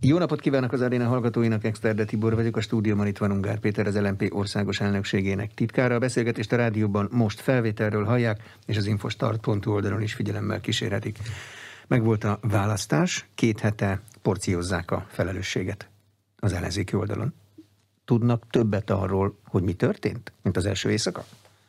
Jó napot kívánok az aréna hallgatóinak, Exterde Tibor vagyok, a stúdióban itt van Ungár Péter, az LMP országos elnökségének titkára. A beszélgetést a rádióban most felvételről hallják, és az infostart.hu oldalon is figyelemmel kísérhetik. Megvolt a választás, 2 hete porciózzák a felelősséget az ellenzéki oldalon. Tudnak többet arról, hogy mi történt, mint az első éjszaka?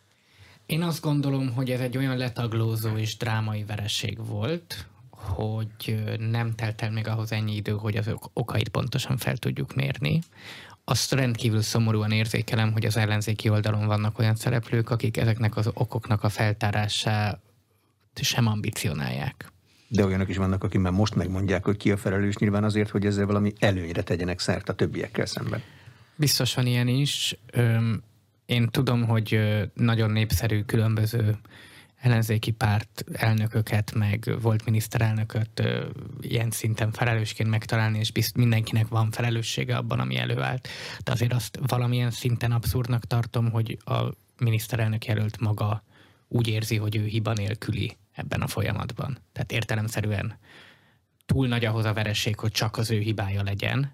Én azt gondolom, hogy ez egy olyan letaglózó és drámai vereség volt, hogy nem telt el még ahhoz ennyi idő, hogy az okait pontosan fel tudjuk mérni. Azt rendkívül szomorúan érzékelem, hogy az ellenzéki oldalon vannak olyan szereplők, akik ezeknek az okoknak a feltárását sem ambicionálják. De olyanok is vannak, akik már most megmondják, hogy ki a felelős, nyilván azért, hogy ezzel valami előnyre tegyenek szert a többiekkel szemben. Biztos van ilyen is. Én tudom, hogy nagyon népszerű különböző ellenzéki párt elnököket, meg volt miniszterelnököt ilyen szinten felelősként megtalálni, és mindenkinek van felelőssége abban, ami előállt. De azért azt valamilyen szinten abszurdnak tartom, hogy a miniszterelnök jelölt maga úgy érzi, hogy ő hiba nélküli ebben a folyamatban. Tehát értelemszerűen túl nagy ahhoz a veresség, hogy csak az ő hibája legyen,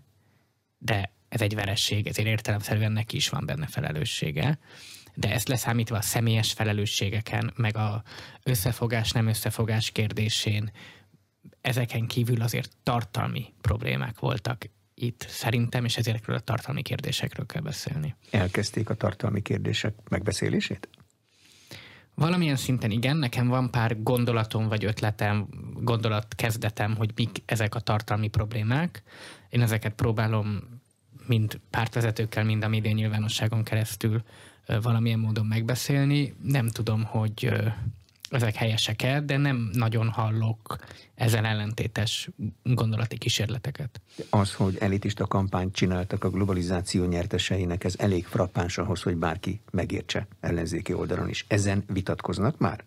de ez egy veresség, ezért értelemszerűen neki is van benne felelőssége. De ezt leszámítva a személyes felelősségeken, meg a összefogás-nem összefogás kérdésén, ezeken kívül azért tartalmi problémák voltak itt szerintem, és ezekről a tartalmi kérdésekről kell beszélni. Elkezdték a tartalmi kérdések megbeszélését? Valamilyen szinten igen, nekem van pár gondolatom vagy ötletem, gondolatkezdetem, hogy mik ezek a tartalmi problémák. Én ezeket próbálom mind pártvezetőkkel, mind a média nyilvánosságon keresztül valamilyen módon megbeszélni. Nem tudom, hogy ezek helyesek-e, de nem nagyon hallok ezzel ellentétes gondolati kísérleteket. Az, hogy elitista kampányt csináltak a globalizáció nyerteseinek, ez elég frappáns ahhoz, hogy bárki megértse ellenzéki oldalon is. Ezen vitatkoznak már?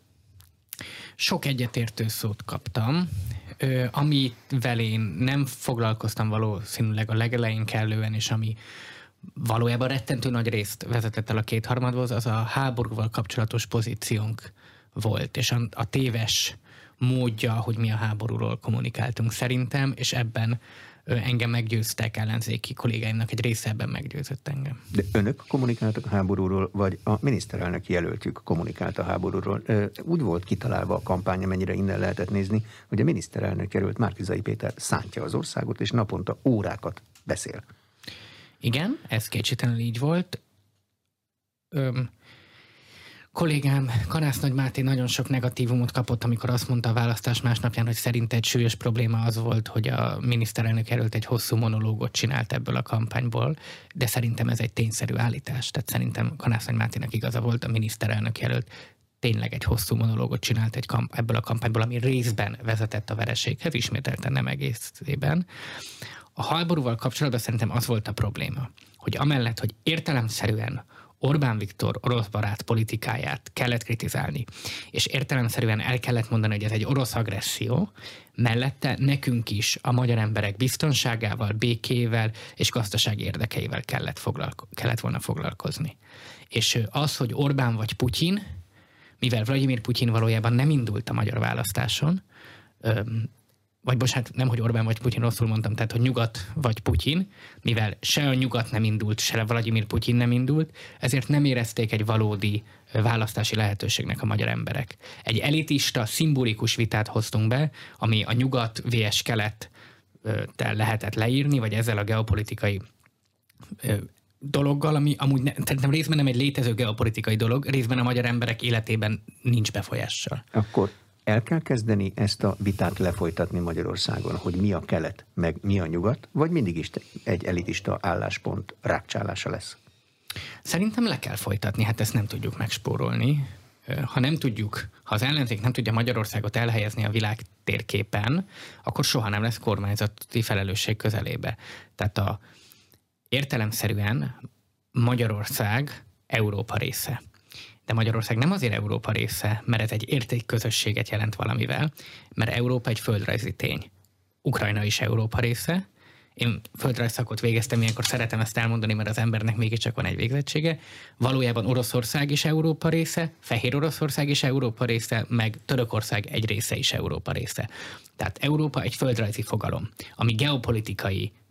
Sok egyetértő szót kaptam, amivel én nem foglalkoztam valószínűleg a legelején kellően, és ami valójában rettentő nagy részt vezetett el a kétharmadhoz, az a háborúval kapcsolatos pozíciónk volt, és a téves módja, hogy mi a háborúról kommunikáltunk szerintem, és ebben engem meggyőztek, ellenzéki kollégáimnak egy része ebben meggyőzött engem. De önök kommunikáltak a háborúról, vagy a miniszterelnök jelöltjük kommunikált a háborúról? Úgy volt kitalálva a kampány, amennyire innen lehetett nézni, hogy a miniszterelnök jelölt Márki-Zay Péter szántja az országot, és naponta órákat beszél. Igen, ez kétségtelenül így volt. Kollégám Kanász Nagy Máté nagyon sok negatívumot kapott, amikor azt mondta a választás másnapján, hogy szerinte egy súlyos probléma az volt, hogy a miniszterelnök jelölt egy hosszú monológot csinált ebből a kampányból, de szerintem ez egy tényszerű állítás. Tehát szerintem Kanász Nagy Máténak igaza volt, a miniszterelnök jelölt tényleg egy hosszú monológot csinált ebből a kampányból, ami részben vezetett a vereséghez, ismételten nem egészében. A háborúval kapcsolatban szerintem az volt a probléma, hogy amellett, hogy értelemszerűen Orbán Viktor orosz barát politikáját kellett kritizálni, és értelemszerűen el kellett mondani, hogy ez egy orosz agresszió, mellette nekünk is a magyar emberek biztonságával, békével és gazdasági érdekeivel kellett volna foglalkozni. És az, hogy Orbán vagy Putyin, mivel Vladimir Putyin valójában nem indult a magyar választáson, vagy bocsánat, nem, hogy Orbán vagy Putyin, rosszul mondtam, tehát, hogy nyugat vagy Putyin, mivel se a nyugat nem indult, se a Vladimir Putyin nem indult, ezért nem érezték egy valódi választási lehetőségnek a magyar emberek. Egy elitista, szimbolikus vitát hoztunk be, ami a nyugat vs. kelettel lehetett leírni, vagy ezzel a geopolitikai dologgal, ami amúgy szerintem részben nem egy létező geopolitikai dolog, részben a magyar emberek életében nincs befolyással. Akkor el kell kezdeni ezt a vitát lefolytatni Magyarországon, hogy mi a kelet, meg mi a nyugat, vagy mindig is egy elitista álláspont rákcsálása lesz? Szerintem le kell folytatni, hát ezt nem tudjuk megspórolni. Ha az ellenzék nem tudja Magyarországot elhelyezni a világ térképen, akkor soha nem lesz kormányzati felelősség közelébe. Tehát értelemszerűen Magyarország Európa része. De Magyarország nem azért Európa része, mert ez egy értékközösséget jelent valamivel, mert Európa egy földrajzi tény. Ukrajna is Európa része. Én földrajzszakot végeztem, ilyenkor szeretem ezt elmondani, mert az embernek mégiscsak van egy végzettsége. Valójában Oroszország is Európa része, Fehér Oroszország is Európa része, meg Törökország egy része is Európa része. Tehát Európa egy földrajzi fogalom, ami geopolitikai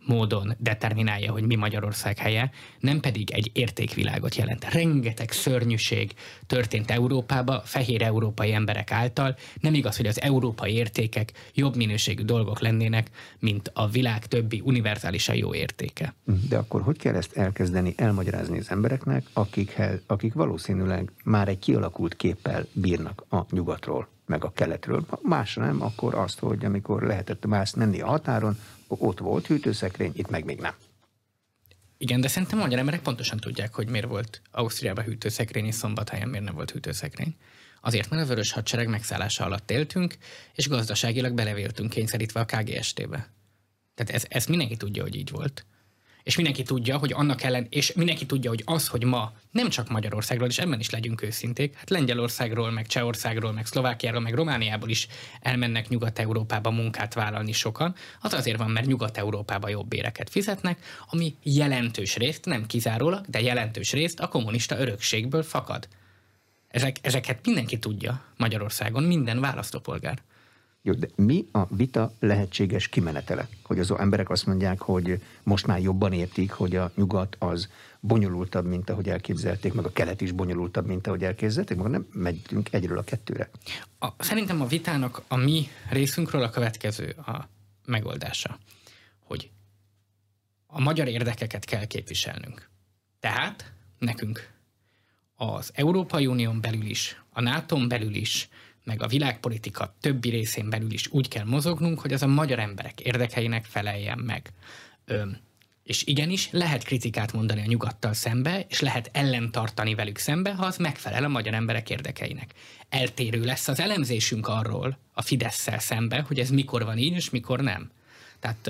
módon determinálja, hogy mi Magyarország helye, nem pedig egy értékvilágot jelent. Rengeteg szörnyűség történt Európába, fehér európai emberek által. Nem igaz, hogy az európai értékek jobb minőségű dolgok lennének, mint a világ többi univerzálisan jó értéke. De akkor hogy kell ezt elkezdeni elmagyarázni az embereknek, akik valószínűleg már egy kialakult képpel bírnak a nyugatról, meg a keletről. Másra nem, akkor azt, hogy amikor lehetett mászt menni a határon, ott volt hűtőszekrény, itt meg még nem. Igen, de szerintem a magyar emberek pontosan tudják, hogy miért volt Ausztriában hűtőszekrény, és Szombathelyen miért nem volt hűtőszekrény. Azért, mert a Vörös Hadsereg megszállása alatt éltünk, és gazdaságilag belevéltünk kényszerítve a KGST-be. Tehát ez mindenki tudja, hogy így volt. És mindenki tudja, hogy annak ellen, és mindenki tudja, hogy az, hogy ma nem csak Magyarországról, és ebben is legyünk őszinték, hát Lengyelországról, meg Csehországról, meg Szlovákiáról, meg Romániából is elmennek Nyugat-Európába munkát vállalni sokan, az azért van, mert Nyugat-Európába jobb béreket fizetnek, ami jelentős részt, nem kizárólag, de jelentős részt a kommunista örökségből fakad. Ezeket mindenki tudja Magyarországon, minden választópolgár. Jó, de mi a vita lehetséges kimenetele? Hogy az emberek azt mondják, hogy most már jobban értik, hogy a nyugat az bonyolultabb, mint ahogy elképzelték, meg a kelet is bonyolultabb, mint ahogy elképzelték, meg nem megyünk egyről a kettőre. Szerintem a vitának a mi részünkről a következő a megoldása, hogy a magyar érdekeket kell képviselnünk. Tehát nekünk az Európai Unión belül is, a NATO-n belül is, meg a világpolitika többi részén belül is úgy kell mozognunk, hogy az a magyar emberek érdekeinek feleljen meg. És igenis lehet kritikát mondani a nyugattal szembe, és lehet ellentartani velük szembe, ha az megfelel a magyar emberek érdekeinek. Eltérő lesz az elemzésünk arról a Fidesszel szembe, hogy ez mikor van így, és mikor nem. Tehát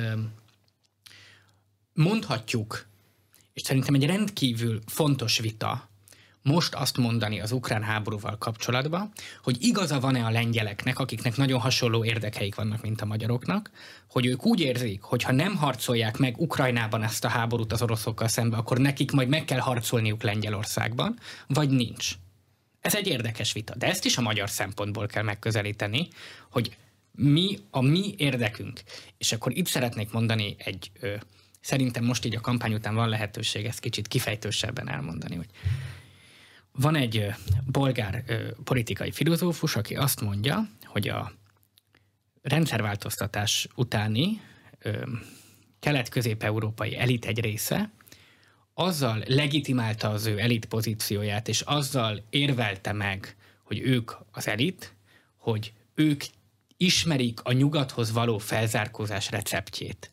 mondhatjuk, és szerintem egy rendkívül fontos vita, most azt mondani az ukrán háborúval kapcsolatban, hogy igaza van-e a lengyeleknek, akiknek nagyon hasonló érdekeik vannak, mint a magyaroknak, hogy ők úgy érzik, hogy ha nem harcolják meg Ukrajnában ezt a háborút az oroszokkal szemben, akkor nekik majd meg kell harcolniuk Lengyelországban, vagy nincs. Ez egy érdekes vita, de ezt is a magyar szempontból kell megközelíteni, hogy mi a mi érdekünk. És akkor itt szeretnék mondani szerintem most így a kampány után van lehetőség ezt kicsit kifejtősebben elmondani, hogy van egy bolgár politikai filozófus, aki azt mondja, hogy a rendszerváltoztatás utáni kelet-közép-európai elit egy része azzal legitimálta az ő elit pozícióját, és azzal érvelte meg, hogy ők az elit, hogy ők ismerik a nyugathoz való felzárkózás receptjét.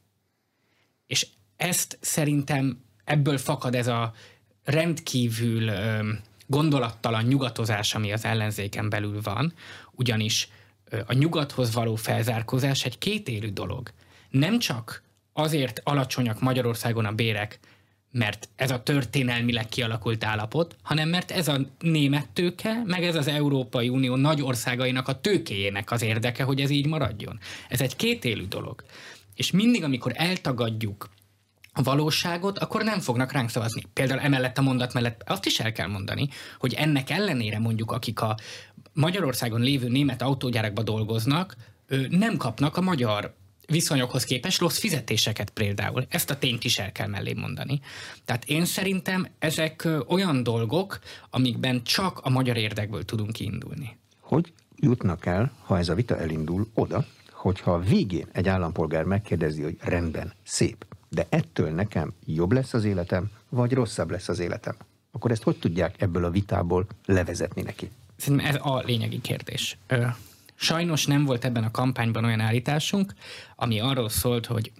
És ezt szerintem ebből fakad ez a rendkívül gondolattalan nyugatozás, ami az ellenzéken belül van, ugyanis a nyugathoz való felzárkózás egy kétélű dolog. Nem csak azért alacsonyak Magyarországon a bérek, mert ez a történelmileg kialakult állapot, hanem mert ez a német tőke, meg ez az Európai Unió nagy országainak a tőkéjének az érdeke, hogy ez így maradjon. Ez egy kétélű dolog. És mindig, amikor eltagadjuk a valóságot, akkor nem fognak ránk szavazni. Például emellett a mondat mellett azt is el kell mondani, hogy ennek ellenére mondjuk, akik a Magyarországon lévő német autógyárakban dolgoznak, nem kapnak a magyar viszonyokhoz képest rossz fizetéseket például. Ezt a tényt is el kell mellé mondani. Tehát én szerintem ezek olyan dolgok, amikben csak a magyar érdekből tudunk kiindulni. Hogy jutnak el, ha ez a vita elindul oda, hogyha a végén egy állampolgár megkérdezi, hogy rendben, szép, de ettől nekem jobb lesz az életem, vagy rosszabb lesz az életem? Akkor ezt hogy tudják ebből a vitából levezetni neki? Szerintem ez a lényegi kérdés. Sajnos nem volt ebben a kampányban olyan állításunk, ami arról szólt, hogy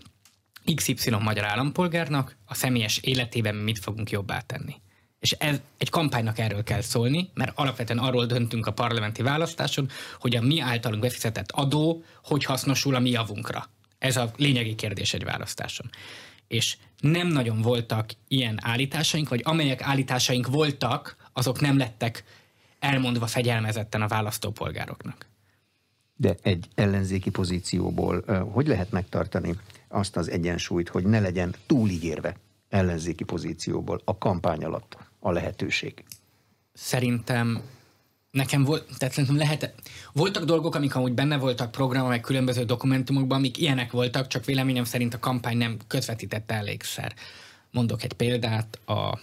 XY magyar állampolgárnak a személyes életében mit fogunk jobbá tenni. És ez egy kampánynak erről kell szólni, mert alapvetően arról döntünk a parlamenti választáson, hogy a mi általunk befizetett adó hogy hasznosul a mi javunkra. Ez a lényegi kérdés egy választáson. És nem nagyon voltak ilyen állításaink, vagy amelyek állításaink voltak, azok nem lettek elmondva fegyelmezetten a választópolgároknak. De egy ellenzéki pozícióból hogy lehet megtartani azt az egyensúlyt, hogy ne legyen túligérve ellenzéki pozícióból a kampány alatt a lehetőség? Szerintem Nekem voltak dolgok, amik amúgy benne voltak programok, meg különböző dokumentumokban, amik ilyenek voltak, csak véleményem szerint a kampány nem közvetítette elégszer. Mondok egy példát, a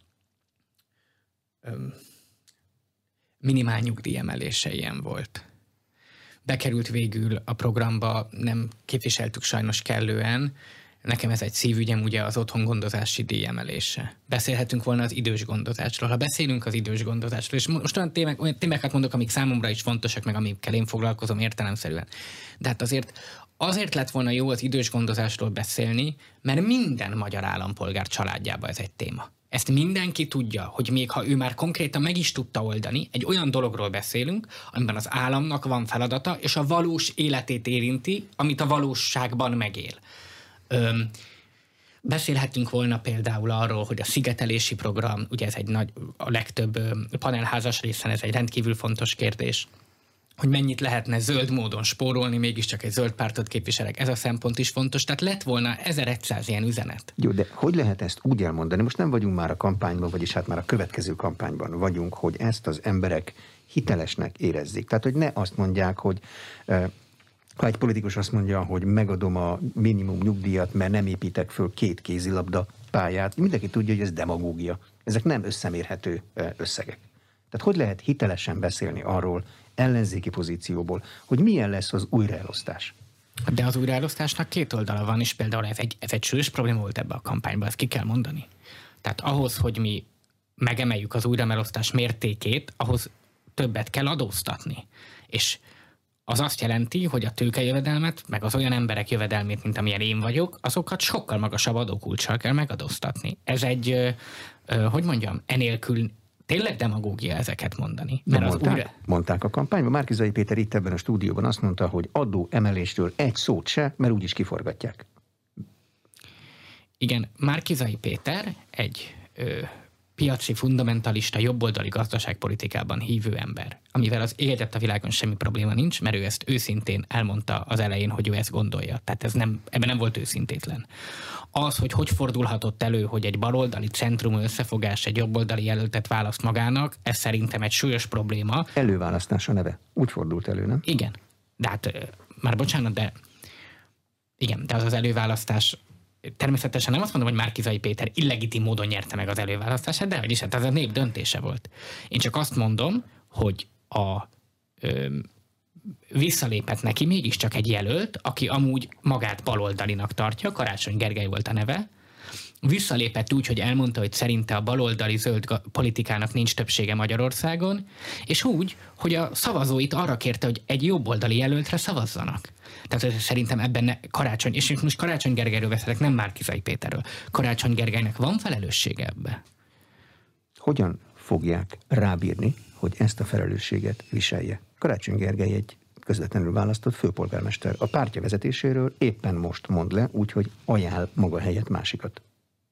minimál nyugdíj emelése ilyen volt. Bekerült végül a programba, nem képviseltük sajnos kellően. Nekem ez egy szívügyem, ugye az otthongondozási díj emelése. Beszélhetünk volna az idős gondozásról. Ha beszélünk az idős gondozásról, és most olyan témákat mondok, amik számomra is fontosak, meg amikkel én foglalkozom értelemszerűen. De hát azért lett volna jó az idős gondozásról beszélni, mert minden magyar állampolgár családjában ez egy téma. Ezt mindenki tudja, hogy még ha ő már konkrétan meg is tudta oldani, egy olyan dologról beszélünk, amiben az államnak van feladata, és a valós életét érinti, amit a valóságban megél. Beszélhetünk volna például arról, hogy a szigetelési program, ugye ez a legtöbb panelházas részen ez egy rendkívül fontos kérdés, hogy mennyit lehetne zöld módon spórolni, mégiscsak egy zöld pártot képviselek, ez a szempont is fontos, tehát lett volna 1100 ilyen üzenet. Jó, de hogy lehet ezt úgy elmondani? Most nem vagyunk már a kampányban, vagyis hát már a következő kampányban vagyunk, hogy ezt az emberek hitelesnek érezzék. Tehát, hogy ne azt mondják, hogy ha egy politikus azt mondja, hogy megadom a minimum nyugdíjat, mert nem építek föl 2 kézilabda pályát, mindenki tudja, hogy ez demagógia. Ezek nem összemérhető összegek. Tehát hogy lehet hitelesen beszélni arról, ellenzéki pozícióból, hogy milyen lesz az újraelosztás? De az újraelosztásnak 2 oldala van, és például ez egy súlyos probléma volt ebben a kampányban, ezt ki kell mondani. Tehát ahhoz, hogy mi megemeljük az újraelosztás mértékét, ahhoz többet kell adóztatni. És az azt jelenti, hogy a tőkejövedelmet, meg az olyan emberek jövedelmét, mint amilyen én vagyok, azokat sokkal magasabb adókulccsal kell megadóztatni. Ez egy, enélkül tényleg demagógia ezeket mondani. Mert mondták a kampányban. Márki-Zay Péter itt ebben a stúdióban azt mondta, hogy adó emelésről egy szót se, mert úgyis kiforgatják. Igen, Márki-Zay Péter egy piaci fundamentalista, jobboldali gazdaságpolitikában hívő ember, amivel az életett a világon semmi probléma nincs, mert ő ezt őszintén elmondta az elején, hogy ő ezt gondolja. Tehát ebben nem volt őszintétlen. Az, hogy fordulhatott elő, hogy egy baloldali centrum összefogás egy jobboldali jelöltet választ magának, ez szerintem egy súlyos probléma. Előválasztás a neve. Úgy fordult elő, nem? Igen. De hát, már bocsánat, de igen, de az előválasztás természetesen nem azt mondom, hogy Márki-Zay Péter illegitim módon nyerte meg az előválasztását, de vagyis hát ez a nép döntése volt. Én csak azt mondom, hogy visszalépett neki mégiscsak egy jelölt, aki amúgy magát baloldalinak tartja, Karácsony Gergely volt a neve, visszalépett úgy, hogy elmondta, hogy szerinte a baloldali zöld politikának nincs többsége Magyarországon, és úgy, hogy a szavazóit arra kérte, hogy egy jobboldali jelöltre szavazzanak. Tehát szerintem ebben Karácsony, és most Karácsony Gergelyről beszélek, nem Márki-Zay Péterről. Karácsony Gergelynek van felelőssége ebbe? Hogyan fogják rábírni, hogy ezt a felelősséget viselje? Karácsony Gergely egy közvetlenül választott főpolgármester. A pártja vezetéséről éppen most mond le, úgyhogy ajánl maga helyett másikat.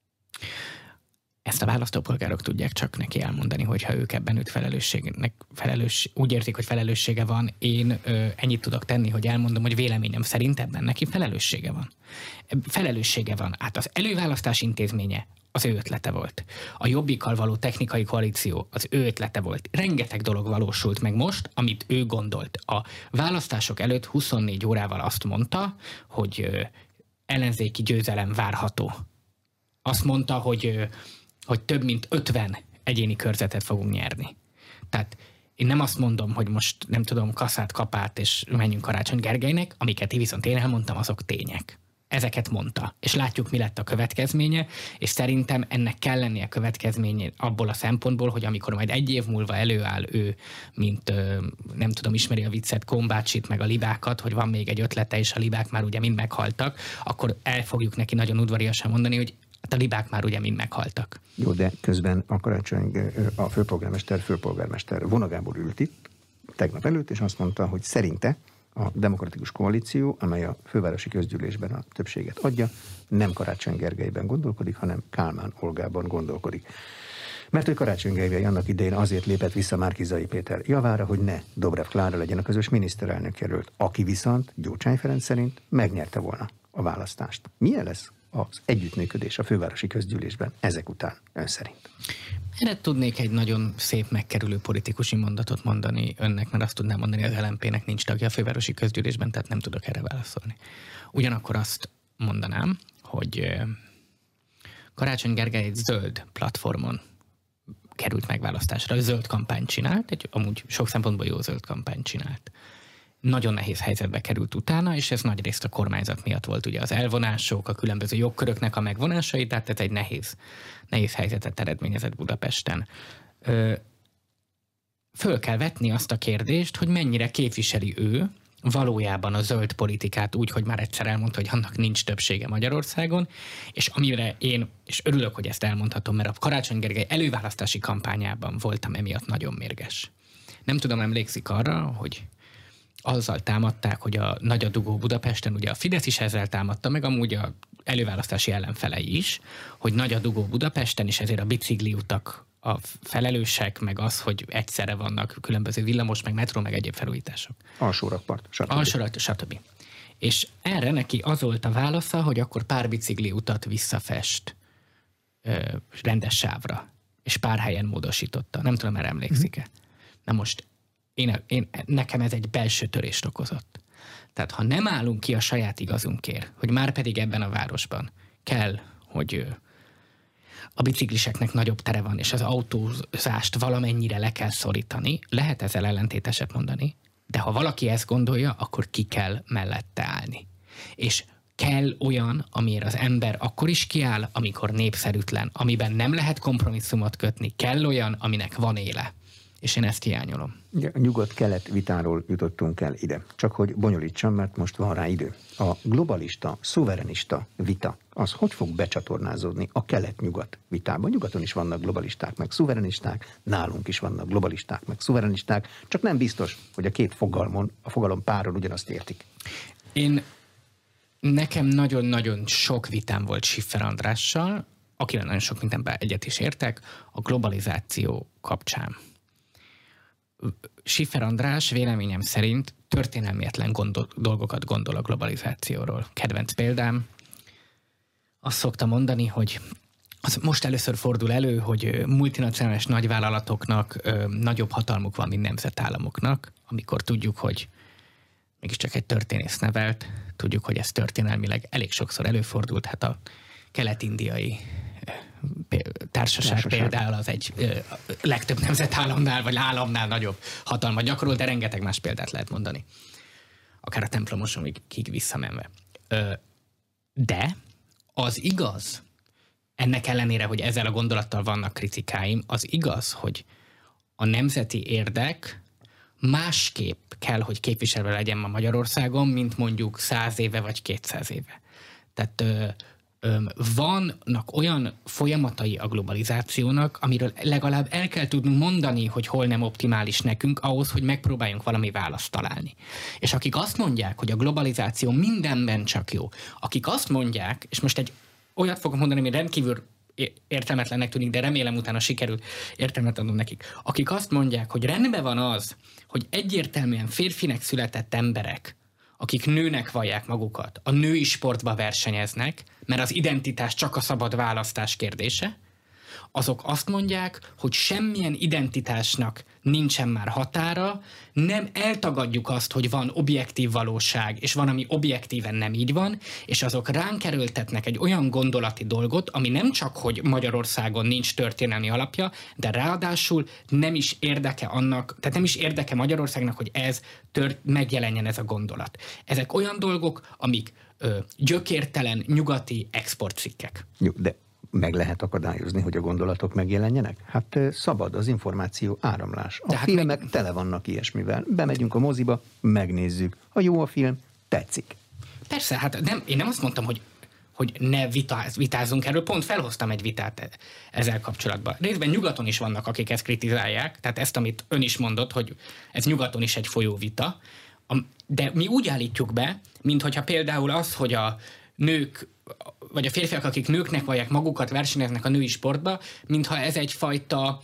Ezt a választópolgárok tudják csak neki elmondani, hogyha ők ebben úgy érzik, hogy felelőssége van. Én ennyit tudok tenni, hogy elmondom, hogy véleményem szerint ebben neki felelőssége van. Felelőssége van. Hát az előválasztás intézménye az ő ötlete volt. A Jobbikkal való technikai koalíció az ő ötlete volt. Rengeteg dolog valósult meg most, amit ő gondolt. A választások előtt 24 órával azt mondta, hogy ellenzéki győzelem várható. Azt mondta, hogy több mint 50 egyéni körzetet fogunk nyerni. Tehát én nem azt mondom, hogy most nem tudom, kaszát, kapát, és menjünk Karácsony Gergelynek, amiket viszont én elmondtam, azok tények. Ezeket mondta. És látjuk, mi lett a következménye, és szerintem ennek kell lennie a következménye abból a szempontból, hogy amikor majd 1 év múlva előáll ő, mint nem tudom, ismeri a viccet, Kombácsit, meg a libákat, hogy van még egy ötlete, és a libák már ugye mind meghaltak, akkor el fogjuk neki nagyon udvariasan mondani, hogy hát a libák már ugye mind meghaltak. Jó, de közben a főpolgármester Vona Gábor ült itt tegnap előtt, és azt mondta, hogy szerinte a demokratikus koalíció, amely a fővárosi közgyűlésben a többséget adja, nem Karácsony Gergelyben gondolkodik, hanem Kálmán Olgában gondolkodik. Mert hogy Karácsony Gergely annak idején azért lépett vissza Márki-Zay Péter javára, hogy ne Dobrev Klára legyen a közös miniszterelnök jelölt, aki viszont Gyurcsány Ferenc szerint megnyerte volna a választást. Milyen lesz az együttműködés a fővárosi közgyűlésben ezek után ön szerint? Erre tudnék egy nagyon szép megkerülő politikusi mondatot mondani önnek, mert azt tudnám mondani, az LMP-nek nincs tagja a fővárosi közgyűlésben, tehát nem tudok erre válaszolni. Ugyanakkor azt mondanám, hogy Karácsony Gergely egy zöld platformon került megválasztásra, zöld kampányt csinált, egy amúgy sok szempontból jó zöld kampányt csinált. Nagyon nehéz helyzetbe került utána, és ez nagyrészt a kormányzat miatt volt, ugye az elvonások, a különböző jogköröknek a megvonásai, tehát ez egy nehéz helyzetet eredményezett Budapesten. Föl kell vetni azt a kérdést, hogy mennyire képviseli ő valójában a zöld politikát úgy, hogy már egyszer elmondta, hogy annak nincs többsége Magyarországon, és amire én, és örülök, hogy ezt elmondhatom, mert a Karácsony Gergely előválasztási kampányában voltam emiatt nagyon mérges. Nem tudom, emlékszik arra, hogy azzal támadták, hogy a nagy a dugó Budapesten, ugye a Fidesz is ezzel támadta, meg amúgy a előválasztási ellenfelei is, hogy nagy a dugó Budapesten, és ezért a bicikliutak a felelősek, meg az, hogy egyszerre vannak különböző villamos, meg metró, meg egyéb felújítások. Alsórakpart, stb. Alsórakpart, stb. És erre neki az volt a válasza, hogy akkor pár bicikliutat visszafest rendes sávra, és pár helyen módosította. Nem tudom, erre emlékszik-e. Na most nekem ez egy belső törést okozott. Tehát ha nem állunk ki a saját igazunkért, hogy már pedig ebben a városban kell, hogy a bicikliseknek nagyobb tere van, és az autózást valamennyire le kell szorítani, lehet ezzel ellentéteset mondani, de ha valaki ezt gondolja, akkor ki kell mellette állni. És kell olyan, amiért az ember akkor is kiáll, amikor népszerűtlen, amiben nem lehet kompromisszumot kötni, kell olyan, aminek van éle. És én ezt hiányolom. A nyugat-kelet vitáról jutottunk el ide. Csak hogy bonyolítsam, mert most van rá idő. A globalista, szuverenista vita, az hogy fog becsatornázódni a kelet-nyugat vitában? Nyugaton is vannak globalisták, meg szuverenisták, nálunk is vannak globalisták, meg szuverenisták, csak nem biztos, hogy a két fogalom páron ugyanazt értik. Nekem nagyon-nagyon sok vitám volt Schiffer Andrással, akivel nagyon sok mindenben egyet is értek, a globalizáció kapcsán. Schiffer András véleményem szerint történelmietlen dolgokat gondol a globalizációról. Kedvenc példám, azt szokta mondani, hogy az most először fordul elő, hogy multinacionális nagyvállalatoknak nagyobb hatalmuk van, mint nemzetállamoknak, amikor tudjuk, hogy mégiscsak egy történész nevelt, tudjuk, hogy ez történelmileg elég sokszor előfordult, hát a kelet-indiai társaság például az egy legtöbb nemzetállamnál, vagy államnál nagyobb hatalmat gyakorol, de rengeteg más példát lehet mondani. Akár a templomosomig visszamenve. De az igaz, ennek ellenére, hogy ezzel a gondolattal vannak kritikáim, az igaz, hogy a nemzeti érdek másképp kell, hogy képviselve legyen ma Magyarországon, mint mondjuk 100 éve vagy 200 éve. Tehát vannak olyan folyamatai a globalizációnak, amiről legalább el kell tudnunk mondani, hogy hol nem optimális nekünk, ahhoz, hogy megpróbáljunk valami választ találni. És akik azt mondják, hogy a globalizáció mindenben csak jó, akik azt mondják, és most egy olyat fogok mondani, ami rendkívül értelmetlennek tűnik, de remélem utána sikerül értelmet adnom nekik. Akik azt mondják, hogy rendben van az, hogy egyértelműen férfinek született emberek, akik nőnek vallják magukat, a női sportba versenyeznek, mert az identitás csak a szabad választás kérdése, azok azt mondják, hogy semmilyen identitásnak nincsen már határa, nem eltagadjuk azt, hogy van objektív valóság, és van, ami objektíven nem így van, és azok ránk erőltetnek egy olyan gondolati dolgot, ami nem csak, hogy Magyarországon nincs történelmi alapja, de ráadásul nem is érdeke annak, tehát nem is érdeke Magyarországnak, hogy ez megjelenjen ez a gondolat. Ezek olyan dolgok, amik gyökértelen nyugati exportcikkek. Jó, de meg lehet akadályozni, hogy a gondolatok megjelenjenek? Hát szabad az információ áramlás. A filmek tele vannak ilyesmivel. Bemegyünk a moziba, megnézzük. Ha jó a film, tetszik. Persze, hát én nem azt mondtam, hogy ne vitázzunk erről, pont felhoztam egy vitát ezzel kapcsolatban. Részben nyugaton is vannak, akik ezt kritizálják, tehát ezt, amit ön is mondott, hogy ez nyugaton is egy folyó vita, de mi úgy állítjuk be, minthogyha például az, hogy a nők vagy a férfiak, akik nőknek vallják magukat, versenyeznek a női sportba, mintha ez egyfajta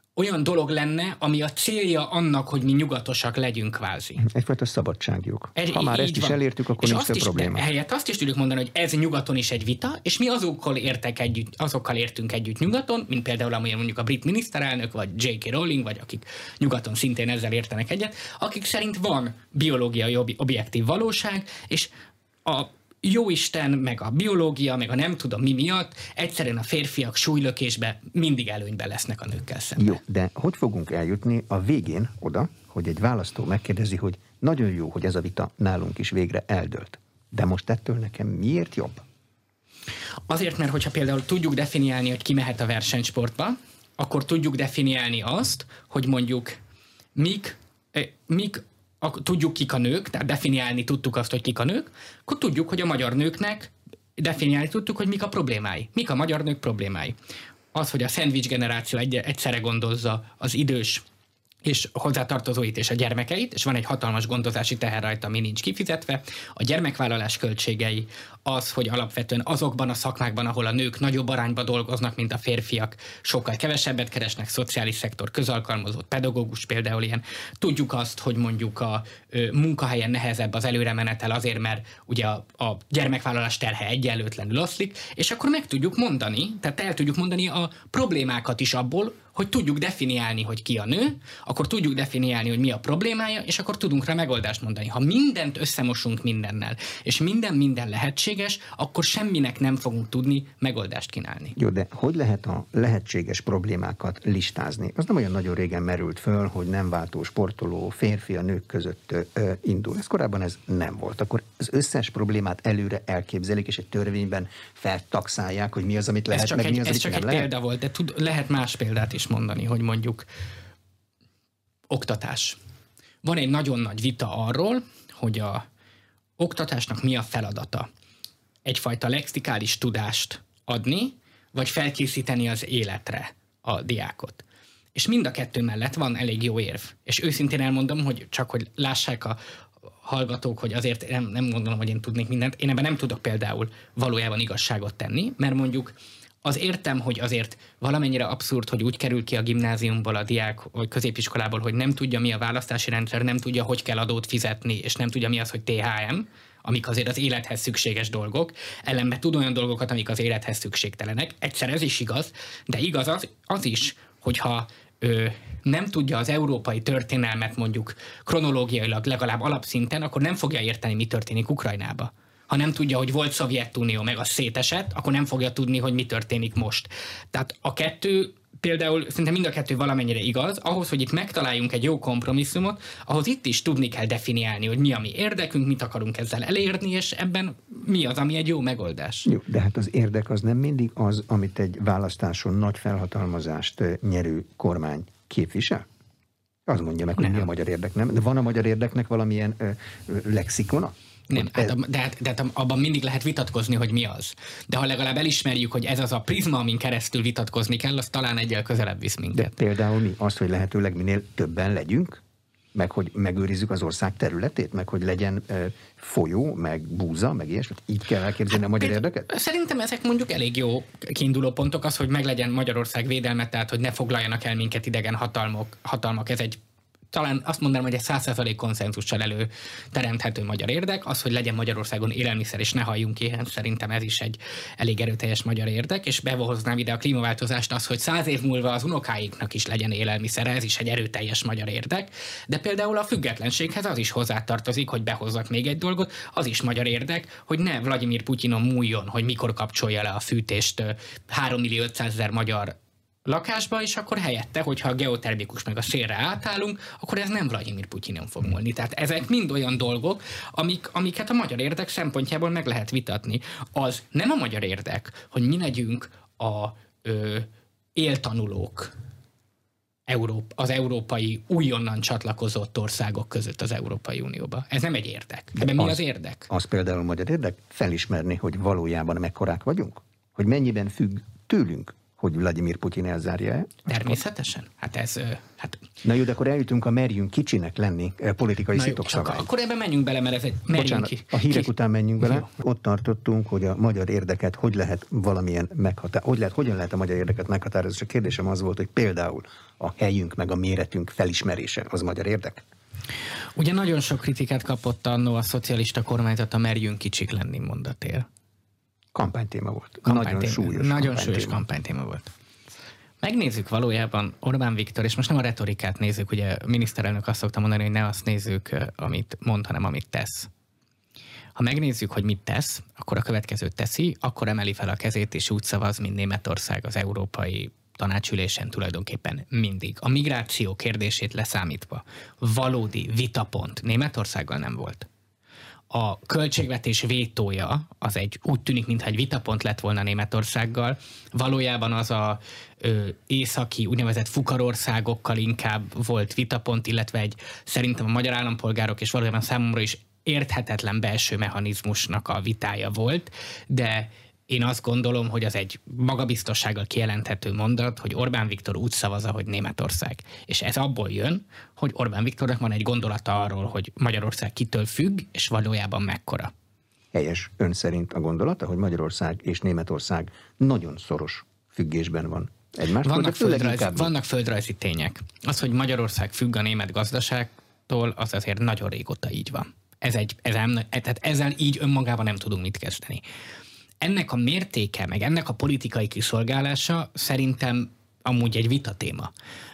olyan dolog lenne, ami a célja annak, hogy mi nyugatosak legyünk kvázi. Egyfajta szabadságjog. Ha már ezt is elértük, akkor nincs több probléma. Helyett azt is tudjuk mondani, hogy ez nyugaton is egy vita, és mi azokkal értünk együtt nyugaton, mint például amilyen mondjuk a brit miniszterelnök, vagy J.K. Rowling, vagy akik nyugaton szintén ezzel értenek egyet, akik szerint van biológiai objektív valóság, és a jóisten, meg a biológia, meg a nem tudom mi miatt egyszerűen a férfiak súlylökésbe mindig előnyben lesznek a nőkkel szemben. Jó, de hogy fogunk eljutni a végén oda, hogy egy választó megkérdezi, hogy nagyon jó, hogy ez a vita nálunk is végre eldőlt. De most ettől nekem miért jobb? Azért, mert hogyha például tudjuk definiálni, hogy ki mehet a versenysportba, akkor tudjuk definiálni azt, hogy mondjuk tudjuk kik a nők, tehát definiálni tudtuk azt, hogy kik a nők, akkor tudjuk, hogy a magyar nőknek definiálni tudtuk, hogy mik a problémái. Mik a magyar nők problémái. Az, hogy a szendvics generáció egyszerre gondozza az idős és hozzátartozóit és a gyermekeit, és van egy hatalmas gondozási teher rajta, ami nincs kifizetve. A gyermekvállalás költségei, az, hogy alapvetően azokban a szakmákban, ahol a nők nagyobb arányban dolgoznak, mint a férfiak, sokkal kevesebbet keresnek, szociális szektor, közalkalmazott, pedagógus például ilyen. Tudjuk azt, hogy mondjuk a munkahelyen nehezebb az előremenetel azért, mert ugye a gyermekvállalás terhe egyenlőtlenül oszlik, és akkor meg tudjuk mondani, tehát el tudjuk mondani a problémákat is abból, hogy tudjuk definiálni, hogy ki a nő, akkor tudjuk definiálni, hogy mi a problémája, és akkor tudunk rá megoldást mondani. Ha mindent összemosunk mindennel, és minden lehetséges, akkor semminek nem fogunk tudni megoldást kínálni. Jó, de hogy lehet a lehetséges problémákat listázni? Az nem olyan nagyon régen merült föl, hogy nem váltó sportoló férfi a nők között indul. Ez korábban ez nem volt. Akkor az összes problémát előre elképzelik, és egy törvényben feltaxálják, hogy mi az, amit lehet, meg mi az, amit nem lehet? Ez csak egy példa volt, de lehet más példát is mondani, hogy mondjuk oktatás. Van egy nagyon nagy vita arról, hogy a oktatásnak mi a feladata. Egyfajta lexikális tudást adni, vagy felkészíteni az életre a diákot. És mind a kettő mellett van elég jó érv. És őszintén elmondom, hogy csak hogy lássák a hallgatók, hogy azért nem gondolom, hogy én tudnék mindent. Én ebben nem tudok például valójában igazságot tenni, mert mondjuk az értem, hogy azért valamennyire abszurd, hogy úgy kerül ki a gimnáziumból a diák, vagy középiskolából, hogy nem tudja, mi a választási rendszer, nem tudja, hogy kell adót fizetni, és nem tudja, mi az, hogy THM, amik azért az élethez szükséges dolgok, ellenben tud olyan dolgokat, amik az élethez szükségtelenek. Egyszer ez is igaz, de igaz az is, hogyha nem tudja az európai történelmet mondjuk kronológiailag legalább alapszinten, akkor nem fogja érteni, mi történik Ukrajnába. Ha nem tudja, hogy volt Szovjetunió, meg az szétesett, akkor nem fogja tudni, hogy mi történik most. Tehát a kettő, például szinte mind a kettő valamennyire igaz, ahhoz, hogy itt megtaláljunk egy jó kompromisszumot, ahhoz itt is tudni kell definiálni, hogy mi a mi érdekünk, mit akarunk ezzel elérni, és ebben mi az, ami egy jó megoldás. Jó, de hát az érdek az nem mindig az, amit egy választáson nagy felhatalmazást nyerő kormány képvisel? Az mondja meg, hogy mi a magyar érdek, nem? De van a magyar érdeknek valamilyen lexikona? Nem, de abban mindig lehet vitatkozni, hogy mi az. De ha legalább elismerjük, hogy ez az a prizma, amin keresztül vitatkozni kell, az talán egyel közelebb visz minket. De például mi? Azt, hogy lehetőleg minél többen legyünk? Meg hogy megőrizzük az ország területét? Meg hogy legyen folyó, meg búza, meg ilyesmi? Így kell elképzelni a magyar érdeket? Szerintem ezek mondjuk elég jó kiinduló pontok. Az, hogy meglegyen Magyarország védelme, tehát hogy ne foglaljanak el minket idegen hatalmak, ez egy talán azt mondanám, hogy egy 100% konszenzussal előteremthető magyar érdek, az, hogy legyen Magyarországon élelmiszer, és ne halljunk éhen, szerintem ez is egy elég erőteljes magyar érdek, és behoznám ide a klímaváltozást, az, hogy 100 év múlva az unokáiknak is legyen élelmiszere, ez is egy erőteljes magyar érdek, de például a függetlenséghez az is hozzátartozik, hogy behozzak még egy dolgot, az is magyar érdek, hogy ne Vladimir Putyinon múljon, hogy mikor kapcsolja le a fűtést 3.500.000 magyar lakásba, és akkor helyette, hogyha a geotermikus meg a szélre átállunk, akkor ez nem Vladimir Putyinon fog múlni. Tehát ezek mind olyan dolgok, amiket a magyar érdek szempontjából meg lehet vitatni. Az nem a magyar érdek, hogy mi legyünk a éltanulók az európai újonnan csatlakozott országok között az Európai Unióba. Ez nem egy érdek. Ebben mi az érdek? Az például a magyar érdek felismerni, hogy valójában mekkorák vagyunk? Hogy mennyiben függ tőlünk, hogy Vladimir Putyin elzárja-e? Természetesen. Na jó, de akkor eljutunk a merjünk kicsinek lenni politikai szitokszabály. Akkor ebben menjünk bele, mert ez egy merjünk ki. A hírek után menjünk bele. Jó. Ott tartottunk, hogy a magyar érdeket hogy lehet valamilyen hogyan lehet a magyar érdeket meghatározni. És a kérdésem az volt, hogy például a helyünk meg a méretünk felismerése az magyar érdek? Ugye nagyon sok kritikát kapott annó a szocialista kormányzat a merjünk kicsik lenni mondatért. Kampánytéma volt. Nagyon súlyos kampánytéma volt. Megnézzük valójában Orbán Viktor, és most nem a retorikát nézzük, ugye a miniszterelnök azt szokta mondani, hogy ne azt nézzük, amit mond, hanem amit tesz. Ha megnézzük, hogy mit tesz, akkor a következőt teszi, akkor emeli fel a kezét, és úgy szavaz, mint Németország az Európai Tanácsülésen tulajdonképpen mindig. A migráció kérdését leszámítva valódi vitapont Németországgal nem volt. A költségvetés vétója az úgy tűnik, mintha egy vitapont lett volna Németországgal. Valójában az északi úgynevezett fukarországokkal inkább volt vitapont, illetve szerintem a magyar állampolgárok és valójában számomra is érthetetlen belső mechanizmusnak a vitája volt, de én azt gondolom, hogy az egy magabiztossággal kijelenthető mondat, hogy Orbán Viktor úgy szavaz, ahogy Németország. És ez abból jön, hogy Orbán Viktornak van egy gondolata arról, hogy Magyarország kitől függ, és valójában mekkora. Helyes ön szerint a gondolata, hogy Magyarország és Németország nagyon szoros függésben van egymástól? Vannak földrajzi tények. Az, hogy Magyarország függ a német gazdaságtól, az azért nagyon régóta így van. Tehát ezzel így önmagában nem tudunk mit kezdeni. Ennek a mértéke, meg ennek a politikai kiszolgálása szerintem amúgy egy vitatéma.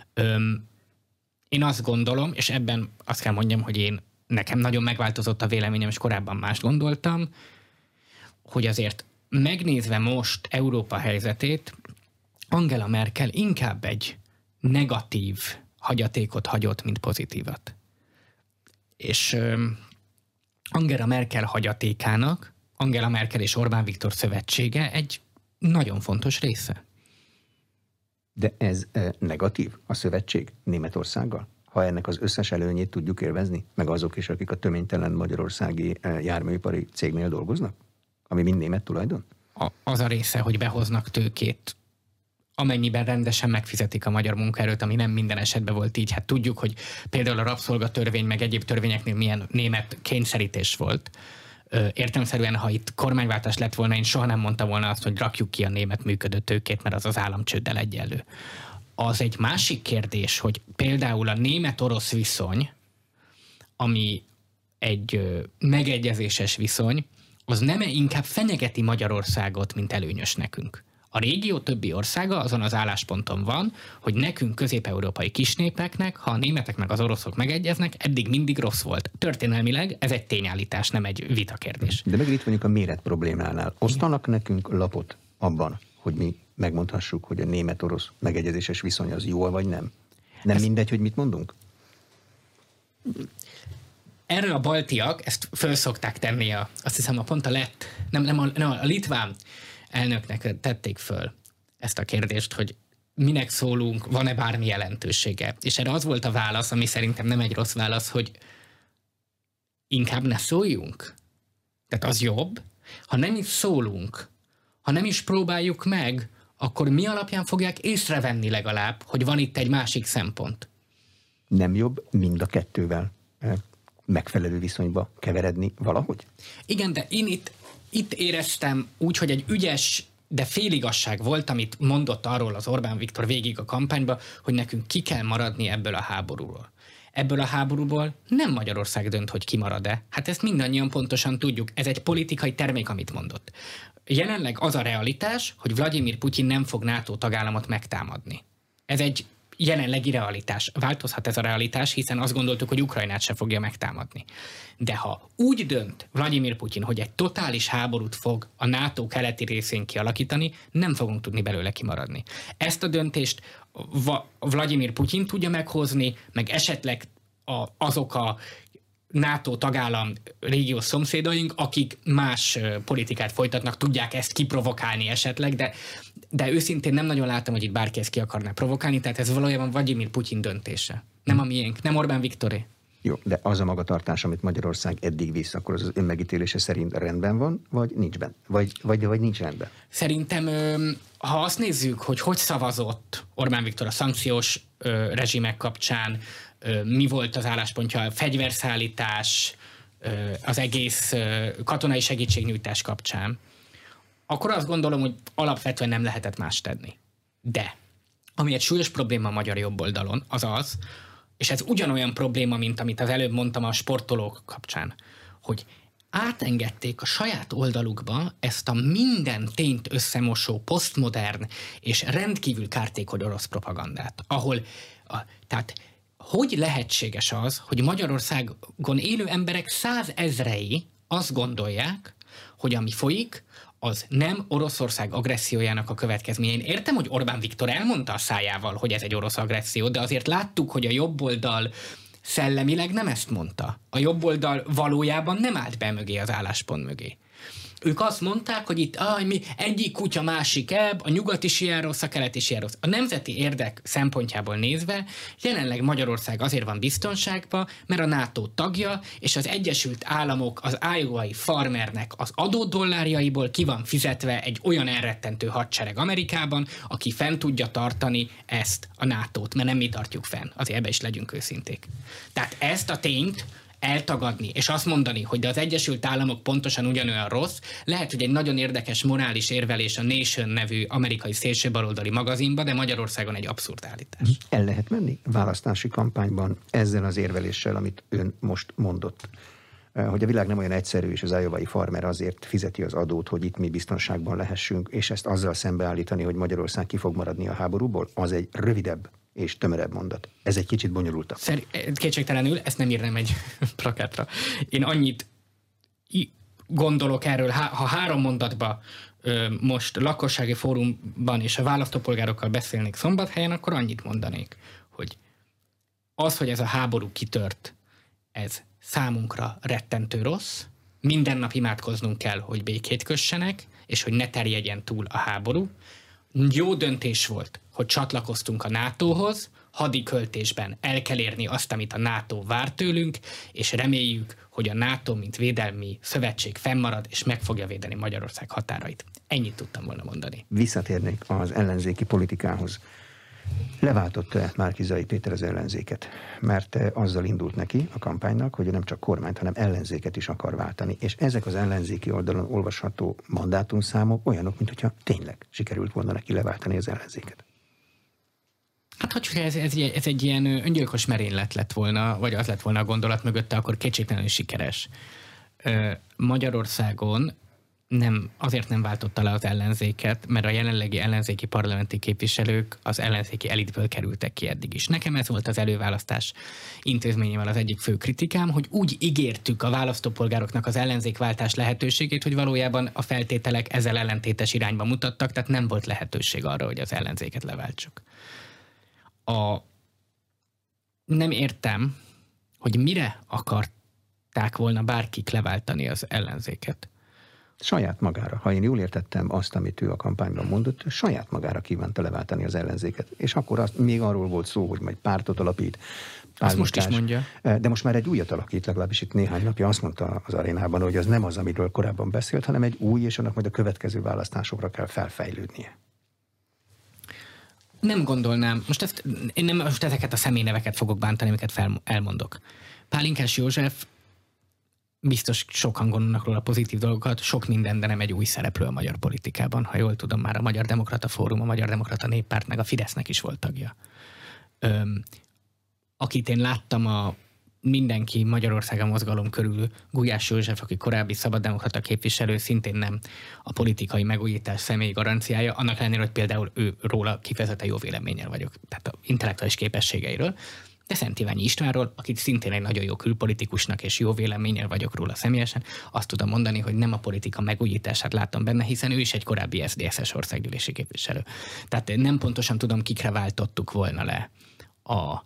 Én azt gondolom, és ebben azt kell mondjam, hogy nekem nagyon megváltozott a véleményem, és korábban mást gondoltam, hogy azért megnézve most Európa helyzetét, Angela Merkel inkább egy negatív hagyatékot hagyott, mint pozitívat. És Angela Merkel hagyatékának Angela Merkel és Orbán Viktor szövetsége egy nagyon fontos része. De ez negatív, a szövetség Németországgal? Ha ennek az összes előnyét tudjuk élvezni, meg azok is, akik a töménytelen magyarországi járműipari cégnél dolgoznak? Ami mind német tulajdon? Az a része, hogy behoznak tőkét, amennyiben rendesen megfizetik a magyar munkaerőt, ami nem minden esetben volt így. Hát tudjuk, hogy például a rabszolgatörvény, meg egyéb törvényeknél milyen német kényszerítés volt. Értelemszerűen, ha itt kormányváltás lett volna, én soha nem mondtam volna azt, hogy rakjuk ki a német működő tőkét, mert az államcsőddel egyenlő. Az egy másik kérdés, hogy például a német-orosz viszony, ami egy megegyezéses viszony, az nem inkább fenyegeti Magyarországot, mint előnyös nekünk. A régió többi országa azon az állásponton van, hogy nekünk közép-európai kisnépeknek, ha a németek meg az oroszok megegyeznek, eddig mindig rossz volt. Történelmileg ez egy tényállítás, nem egy vitakérdés. De meg itt mondjuk a méret problémánál. Osztanak nekünk lapot abban, hogy mi megmondhassuk, hogy a német-orosz megegyezéses viszony az jó, vagy nem? Nem mindegy, hogy mit mondunk? Erre a baltiak ezt föl szokták tenni, azt hiszem pont a lett, nem a litván elnöknek tették föl ezt a kérdést, hogy minek szólunk, van-e bármi jelentősége. És erre az volt a válasz, ami szerintem nem egy rossz válasz, hogy inkább ne szóljunk. Tehát az jobb, ha nem is szólunk, ha nem is próbáljuk meg, akkor mi alapján fogják észrevenni legalább, hogy van itt egy másik szempont. Nem jobb mind a kettővel megfelelő viszonyba keveredni valahogy? Igen, de én itt éreztem úgy, hogy egy ügyes, de féligasság volt, amit mondott arról az Orbán Viktor végig a kampányba, hogy nekünk ki kell maradni ebből a háborúról. Ebből a háborúból nem Magyarország dönt, hogy kimarad-e. Hát ezt mindannyian pontosan tudjuk. Ez egy politikai termék, amit mondott. Jelenleg az a realitás, hogy Vladimir Putyin nem fog NATO tagállamot megtámadni. Ez egy jelenlegi realitás. Változhat ez a realitás, hiszen azt gondoltuk, hogy Ukrajnát se fogja megtámadni. De ha úgy dönt Vladimir Putyin, hogy egy totális háborút fog a NATO keleti részén kialakítani, nem fogunk tudni belőle kimaradni. Ezt a döntést Vladimir Putyin tudja meghozni, meg esetleg azok a NATO tagállam régiós szomszédaink, akik más politikát folytatnak, tudják ezt kiprovokálni esetleg, de őszintén nem nagyon látom, hogy itt bárki ezt ki akarná provokálni, tehát ez valójában Vladimir Putyin döntése. Nem a miénk, nem Orbán Viktoré. Jó, de az a magatartás, amit Magyarország eddig visz, akkor az önmegítélése szerint rendben van, vagy nincs benne? Vagy nincs rendben? Szerintem, ha azt nézzük, hogy szavazott Orbán Viktor a szankciós rezsimek kapcsán, mi volt az álláspontja, a fegyverszállítás, az egész katonai segítségnyújtás kapcsán, akkor azt gondolom, hogy alapvetően nem lehetett más tenni. De ami egy súlyos probléma a magyar jobboldalon, az az, és ez ugyanolyan probléma, mint amit az előbb mondtam a sportolók kapcsán, hogy átengedték a saját oldalukba ezt a minden tényt összemosó, posztmodern és rendkívül kártékony orosz propagandát, ahol, tehát hogy lehetséges az, hogy Magyarországon élő emberek 100 000-ei azt gondolják, hogy ami folyik, az nem Oroszország agressziójának a következménye. Én értem, hogy Orbán Viktor elmondta a szájával, hogy ez egy orosz agresszió, de azért láttuk, hogy a jobboldal szellemileg nem ezt mondta. A jobboldal valójában nem állt be mögé az álláspont mögé. Ők azt mondták, hogy itt mi egyik kutya másik ebb, a nyugat is ilyen rossz, a kelet is ilyen rossz. A nemzeti érdek szempontjából nézve jelenleg Magyarország azért van biztonságban, mert a NATO tagja, és az Egyesült Államok az iowai farmernek az adódollárjaiból ki van fizetve egy olyan elrettentő hadsereg Amerikában, aki fenn tudja tartani ezt a NATO-t, mert nem mi tartjuk fenn. Azért ebbe is legyünk őszinték. Tehát ezt a tényt eltagadni, és azt mondani, hogy de az Egyesült Államok pontosan ugyanolyan rossz, lehet, hogy egy nagyon érdekes morális érvelés a Nation nevű amerikai szélsőbaloldali magazinba, de Magyarországon egy abszurd állítás. El lehet menni választási kampányban ezzel az érveléssel, amit ön most mondott, hogy a világ nem olyan egyszerű, és az iowai farmer azért fizeti az adót, hogy itt mi biztonságban lehessünk, és ezt azzal szembeállítani, hogy Magyarország ki fog maradni a háborúból, az egy rövidebb és tömörebb mondat. Ez egy kicsit bonyolultabb. Kétségtelenül ezt nem írnám egy plakátra. Én annyit gondolok erről, ha 3 mondatba most lakossági fórumban és a választópolgárokkal beszélnék Szombathelyen, akkor annyit mondanék, hogy az, hogy ez a háború kitört, ez számunkra rettentő rossz, minden nap imádkoznunk kell, hogy békét kössenek, és hogy ne terjedjen túl a háború. Jó döntés volt, hogy csatlakoztunk a NATO-hoz, hadiköltésben el kell érni azt, amit a NATO vár tőlünk, és reméljük, hogy a NATO, mint védelmi szövetség fennmarad, és meg fogja védeni Magyarország határait. Ennyit tudtam volna mondani. Visszatérnék az ellenzéki politikához. Leváltotta Márki-Zay Péter az ellenzéket, mert azzal indult neki a kampánynak, hogy nem csak kormányt, hanem ellenzéket is akar váltani. És ezek az ellenzéki oldalon olvasható mandátumszámok olyanok, mintha tényleg sikerült volna neki leváltani az ellenzéket. Hát, hogyha ez egy ilyen öngyilkos merénylet lett volna, vagy az lett volna a gondolat mögötte, akkor kétségtelenül sikeres. Magyarországon azért nem váltotta le az ellenzéket, mert a jelenlegi ellenzéki parlamenti képviselők az ellenzéki elitből kerültek ki eddig is. Nekem ez volt az előválasztás intézményével az egyik fő kritikám, hogy úgy ígértük a választópolgároknak az ellenzékváltás lehetőségét, hogy valójában a feltételek ezzel ellentétes irányba mutattak, tehát nem volt lehetőség arra, hogy az ellenzéket leváltsuk. Nem értem, hogy mire akarták volna bárkik leváltani az ellenzéket. Saját magára. Ha én jól értettem azt, amit ő a kampányban mondott, saját magára kívánta leváltani az ellenzéket. És akkor még arról volt szó, hogy majd pártot alapít. Azt most is mondja. De most már egy újat alakít, legalábbis itt néhány napja azt mondta az arénában, hogy az nem az, amiről korábban beszélt, hanem egy új, és annak majd a következő választásokra kell felfejlődnie. Nem gondolnám. Én nem most ezeket a személyneveket fogok bántani, amiket elmondok. Pálinkás József, biztos sokan gondolnak róla pozitív dolgokat, sok minden, de nem egy új szereplő a magyar politikában. Ha jól tudom, már a Magyar Demokrata Fórum, a Magyar Demokrata Néppárt, meg a Fidesznek is volt tagja. Akit én láttam a mindenki Magyarországon mozgalom körül, Gulyás József, aki korábbi szabaddemokrata képviselő, szintén nem a politikai megújítás személyi garanciája, annak ellenére, hogy például róla kifejezetten jó véleménnyel vagyok, tehát a intellektuális képességeiről, de Szent Iványi Istvánról, akit szintén egy nagyon jó külpolitikusnak és jó véleménnyel vagyok róla személyesen, azt tudom mondani, hogy nem a politika megújítását látom benne, hiszen ő is egy korábbi SZDSZ-es országgyűlési képviselő. Tehát nem pontosan tudom, kikre váltottuk volna le a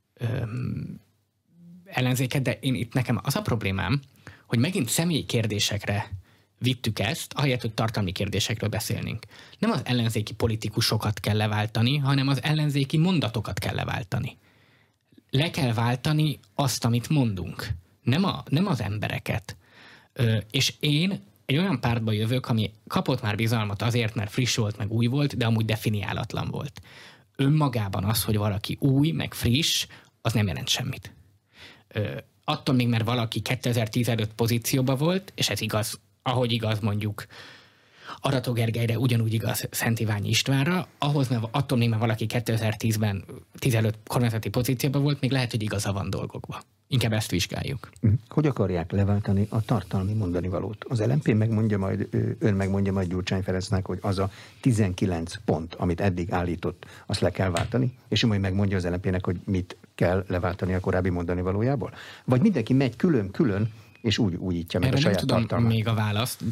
ellenzéket, de itt nekem az a problémám, hogy megint személyi kérdésekre vittük ezt, ahelyett, hogy tartalmi kérdésekről beszélnénk. Nem az ellenzéki politikusokat kell leváltani, hanem az ellenzéki mondatokat kell leváltani. le kell váltani azt, amit mondunk. Nem az embereket. És én egy olyan pártba jövök, ami kapott már bizalmat azért, mert friss volt, meg új volt, de amúgy definiálatlan volt. Önmagában az, hogy valaki új, meg friss, az nem jelent semmit. Attól még, mert valaki 2010 előtt pozícióban volt, és ez igaz, ahogy igaz mondjuk Arató Gergelyre, ugyanúgy igaz Szent Iványi Istvánra, attól még, mert valaki 2010-ben, 10 előtt kormányzati pozícióban volt, még lehet, hogy igaza van dolgokba. Inkább ezt vizsgáljuk. Hogy akarják leváltani a tartalmi mondani valót? Az LMP megmondja majd, ön megmondja majd Gyurcsány Ferencnek, hogy az a 19 pont, amit eddig állított, azt le kell váltani, és ő majd megmondja az LMP-nek, hogy mit kell leváltani a korábbi mondani valójából? Vagy mindenki megy külön-külön, és úgy újítja meg a saját tartalmát? Nem tudom még a választ,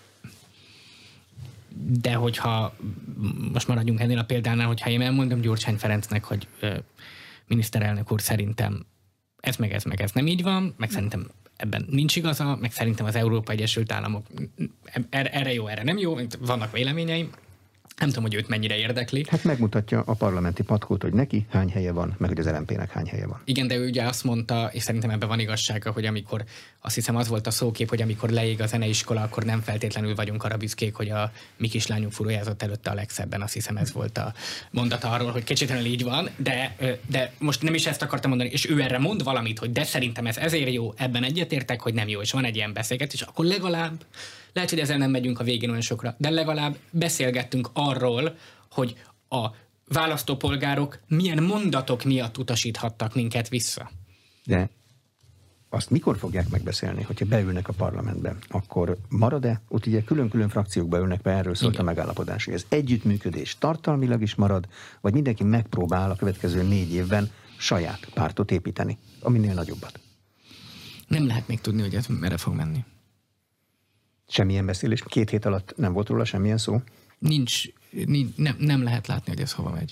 de hogyha most maradjunk ennél a példánál, hogyha én elmondom Gyurcsány Ferencnek, hogy miniszterelnök úr, szerintem ez nem így van, meg szerintem ebben nincs igaza, meg szerintem az Európai Egyesült Államok erre jó, erre nem jó, vannak véleményeim. Nem tudom, hogy őt mennyire érdekli. Hát megmutatja a parlamenti patkót, hogy neki hány helye van, meg hogy az LMP-nek hány helye van. Igen, de ő ugye azt mondta, és szerintem ebben van igazsága, hogy amikor, azt hiszem az volt a szókép, hogy amikor leég a zeneiskola, akkor nem feltétlenül vagyunk arra büszkék, hogy a mi kislányunk furujázott előtte a legszebben. Azt hiszem ez volt a mondata arról, hogy kétségtelenül így van, de most nem is ezt akartam mondani, és ő erre mond valamit, hogy de szerintem ez ezért jó, ebben egyetértek, hogy nem jó, és van egy ilyen beszélgetés, akkor legalább lehet, hogy ezzel nem megyünk a végén olyan sokra, de legalább beszélgettünk arról, hogy a választópolgárok milyen mondatok miatt utasíthattak minket vissza. De azt mikor fogják megbeszélni, hogyha beülnek a parlamentbe, akkor marad-e? Ott ugye külön-külön frakciókba ülnek be, erről szólt a megállapodás, hogy ez együttműködés tartalmilag is marad, vagy mindenki megpróbál a következő 4 évben saját pártot építeni, aminél nagyobbat. Nem lehet még tudni, hogy ez merre fog menni. Semmilyen beszélés? 2 hét alatt nem volt róla semmilyen szó? Nem lehet látni, hogy ez hova megy.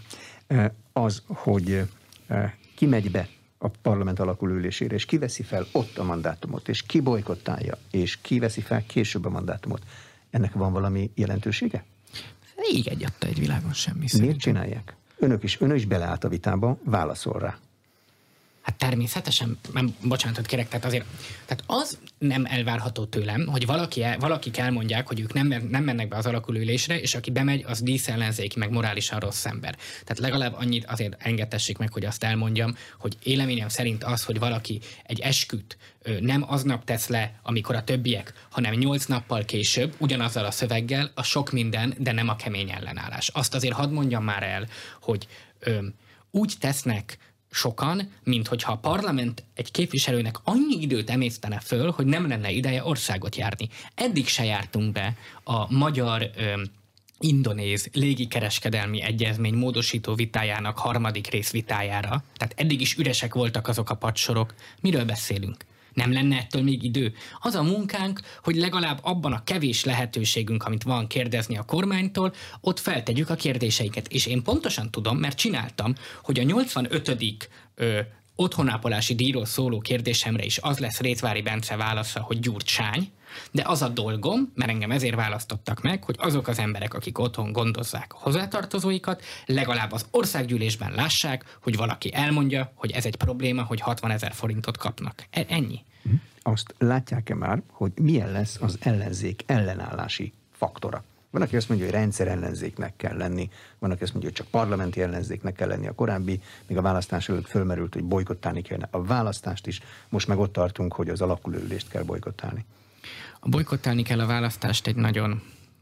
Az, hogy ki megy be a parlament alakulülésére, és ki veszi fel ott a mandátumot, és ki bojkottálja, és ki veszi fel később a mandátumot, ennek van valami jelentősége? Így adta egy világon semmi. Miért szerintem csinálják? Ön is beleállt a vitába, válaszol rá. Hát természetesen, bocsánatot kérek, tehát az nem elvárható tőlem, hogy valakik elmondják, hogy ők nem mennek be az alakulülésre, és aki bemegy, az díszellenzéki, meg morálisan rossz ember. Tehát legalább annyit azért engedtessék meg, hogy azt elmondjam, hogy éleményem szerint az, hogy valaki egy esküt nem aznap tesz le, amikor a többiek, hanem 8 nappal később, ugyanazzal a szöveggel, a sok minden, de nem a kemény ellenállás. Azt azért hadd mondjam már el, hogy úgy tesznek sokan, mint hogyha a parlament egy képviselőnek annyi időt emésztene föl, hogy nem lenne ideje országot járni. Eddig se jártunk be a magyar-indonéz légikereskedelmi egyezmény módosító vitájának 3. rész vitájára. Tehát eddig is üresek voltak azok a padsorok. Miről beszélünk? Nem lenne ettől még idő? Az a munkánk, hogy legalább abban a kevés lehetőségünk, amit van kérdezni a kormánytól, ott feltegyük a kérdéseiket. És én pontosan tudom, mert csináltam, hogy a 85. otthonápolási díjról szóló kérdésemre is az lesz Rétvári Bence válasza, hogy Gyurcsány, de az a dolgom, mert engem ezért választottak meg, hogy azok az emberek, akik otthon gondozzák a hozzátartozóikat, legalább az országgyűlésben lássák, hogy valaki elmondja, hogy ez egy probléma, hogy 60 000 forintot kapnak. Ennyi. Azt látják-e már, hogy milyen lesz az ellenzék ellenállási faktora? Van, aki azt mondja, hogy rendszerellenzéknek kell lenni, van, aki azt mondja, hogy csak parlamenti ellenzéknek kell lenni. A korábbi, még a választás előtt fölmerült, hogy bojkottálni kellene a választást is, most meg ott tartunk, hogy az alakulőülést kell bojkottálni. A bojkottálni kell a választást egy nagyon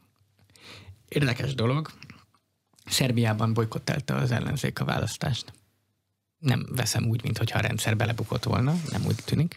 érdekes dolog. Szerbiában bojkottálta az ellenzék a választást. Nem veszem úgy, mintha a rendszer belebukott volna, nem úgy tűnik.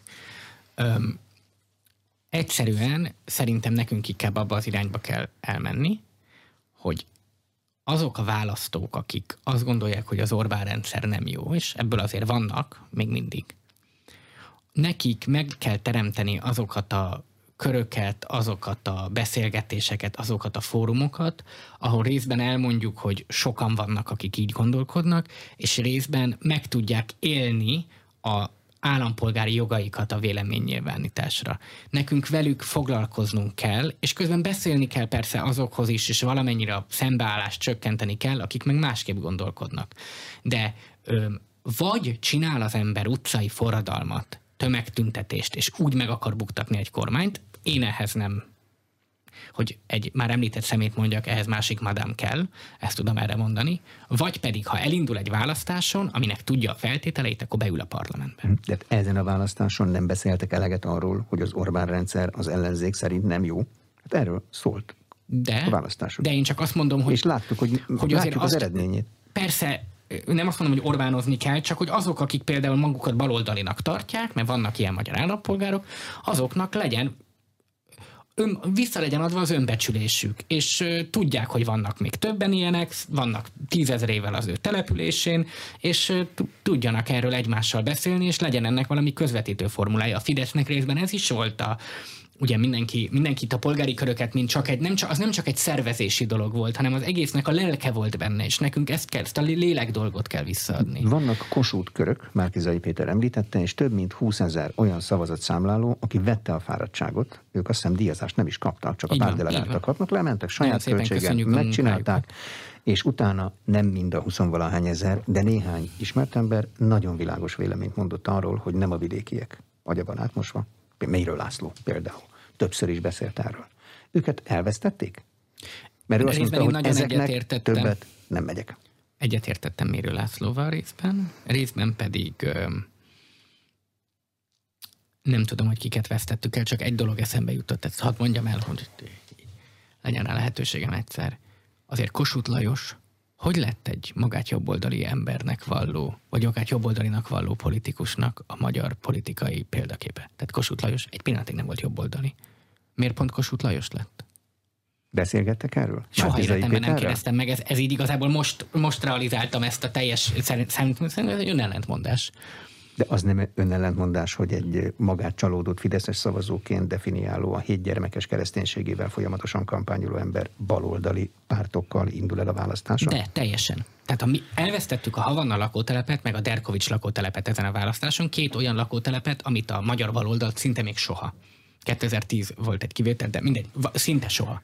Egyszerűen szerintem nekünk inkább abba az irányba kell elmenni, hogy azok a választók, akik azt gondolják, hogy az Orbán rendszer nem jó, és ebből azért vannak még mindig, nekik meg kell teremteni azokat a köröket, azokat a beszélgetéseket, azokat a fórumokat, ahol részben elmondjuk, hogy sokan vannak, akik így gondolkodnak, és részben meg tudják élni a állampolgári jogaikat a véleménynyilvánításra. Nekünk velük foglalkoznunk kell, és közben beszélni kell persze azokhoz is, és valamennyire a szembeállást csökkenteni kell, akik meg másképp gondolkodnak. De Vagy csinál az ember utcai forradalmat, tömegtüntetést, és úgy meg akar buktatni egy kormányt, én ehhez nem, hogy egy már említett szemét mondjak, ehhez másik madám kell, ezt tudom erre mondani, vagy pedig, ha elindul egy választáson, aminek tudja a feltételeit, akkor beül a parlamentbe. De ezen a választáson nem beszéltek eleget arról, hogy az Orbán rendszer az ellenzék szerint nem jó? Hát erről szólt a választáson. De én csak azt mondom, hogy... És láttuk, hogy látjuk az eredményét. Persze, nem azt mondom, hogy Orbánozni kell, csak hogy azok, akik például magukat baloldalinak tartják, mert vannak ilyen magyar állampolgárok, azoknak vissza legyen adva az önbecsülésük, és tudják, hogy vannak még többen ilyenek, vannak 10 000 az ő településén, és tudjanak erről egymással beszélni, és legyen ennek valami közvetítő formulája. A Fidesznek részben ez is volt ugye mindenkit a polgári köröket, mint az nem csak egy szervezési dolog volt, hanem az egésznek a lelke volt benne, és nekünk ezt a lélek dolgot kell visszaadni. Vannak Kossuth körök, Márki-Zay Péter említette, és több mint 20 000 olyan szavazatszámláló, aki vette a fáradtságot, ők azt hiszem díjazást nem is kaptak, csak a pártdelegáltak kapnak, lementek saját költséggel, megcsinálták, és utána nem mind a 20-valahány ezer, de néhány ismert ember nagyon világos véleményt mondott arról, hogy nem a vidékiek agyaban átmosva. Mélyről László például. Többször is beszélt erről. Őket elvesztették? Mert ő azt mondta, hogy ezeknek többet nem megyek. Egyetértettem Mélyről Lászlóval részben pedig nem tudom, hogy kiket vesztettük el, csak egy dolog eszembe jutott, ezt hadd mondjam el, hogy legyen rá lehetőségem egyszer. Azért Kossuth Lajos hogy lett egy magát jobboldali embernek valló, vagy magát jobboldalinak valló politikusnak a magyar politikai példaképe? Tehát Kossuth Lajos egy pillanatig nem volt jobboldali. Miért pont Kossuth Lajos lett? Beszélgettek erről? Soha életemben nem kérdeztem meg, ez így igazából most realizáltam ezt a teljes, szerintem ez egy önellentmondás. De az nem önellentmondás, hogy egy magát csalódott fideszes szavazóként definiáló, a 7 gyermekes kereszténységével folyamatosan kampányoló ember baloldali pártokkal indul el a választáson? De, teljesen. Tehát mi elvesztettük a Havanna lakótelepet, meg a Derkovics lakótelepet ezen a választáson, 2 olyan lakótelepet, amit a magyar baloldal szinte még soha. 2010 volt egy kivétel, de mindegy, szinte soha.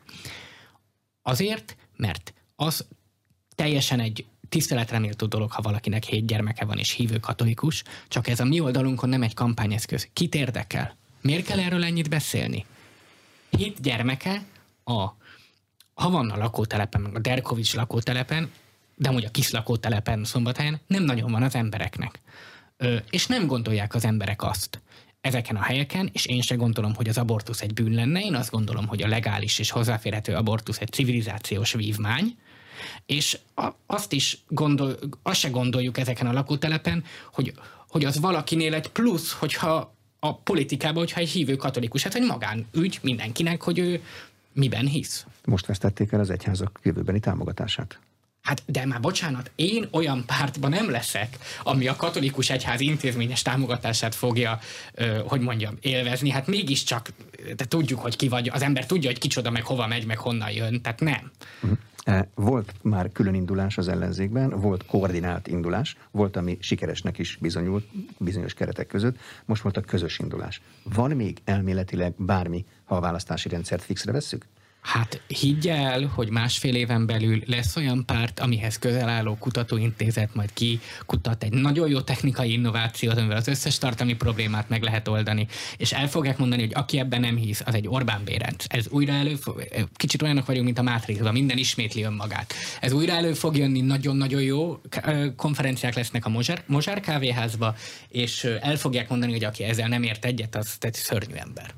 Azért, mert az teljesen egy tiszteletreméltó dolog, ha valakinek 7 gyermeke van és hívő katolikus, csak ez a mi oldalunkon nem egy kampányeszköz. Kit érdekel? Miért kell erről ennyit beszélni? 7 gyermeke a Havanna lakótelepen, meg a Derkovics lakótelepen, de amúgy a Kisz lakótelepen Szombathelyen nem nagyon van az embereknek. És nem gondolják az emberek azt ezeken a helyeken, és én se gondolom, hogy az abortusz egy bűn lenne, én azt gondolom, hogy a legális és hozzáférhető abortusz egy civilizációs vívmány, és azt se gondoljuk ezeken a lakótelepen, hogy az valakinél egy plusz, hogyha a politikában, hogyha egy hívő katolikus, hát egy magánügy mindenkinek, hogy ő miben hisz. Most vesztették el az egyházak jövőbeni támogatását. Hát de már bocsánat, én olyan pártban nem leszek, ami a katolikus egyház intézményes támogatását fogja, élvezni. Hát mégiscsak de tudjuk, hogy ki vagy, az ember tudja, hogy kicsoda, meg hova megy, meg honnan jön, tehát nem. Volt már külön indulás az ellenzékben, volt koordinált indulás, volt, ami sikeresnek is bizonyult bizonyos keretek között, most volt a közös indulás. Van még elméletileg bármi, ha a választási rendszert fixre vesszük? Hát higgy el, hogy 1,5 éven belül lesz olyan párt, amihez közel álló kutatóintézet majd kikutat egy nagyon jó technikai innovációt, amivel az összes tartalmi problémát meg lehet oldani, és el fogják mondani, hogy aki ebben nem hisz, az egy Orbán Bérenc. Ez újra kicsit olyanok vagyunk, mint a Matrixban, minden ismétli önmagát. Ez újra elő fog jönni, nagyon-nagyon jó konferenciák lesznek a Mozsár kávéházba, és el fogják mondani, hogy aki ezzel nem ért egyet, az egy szörnyű ember.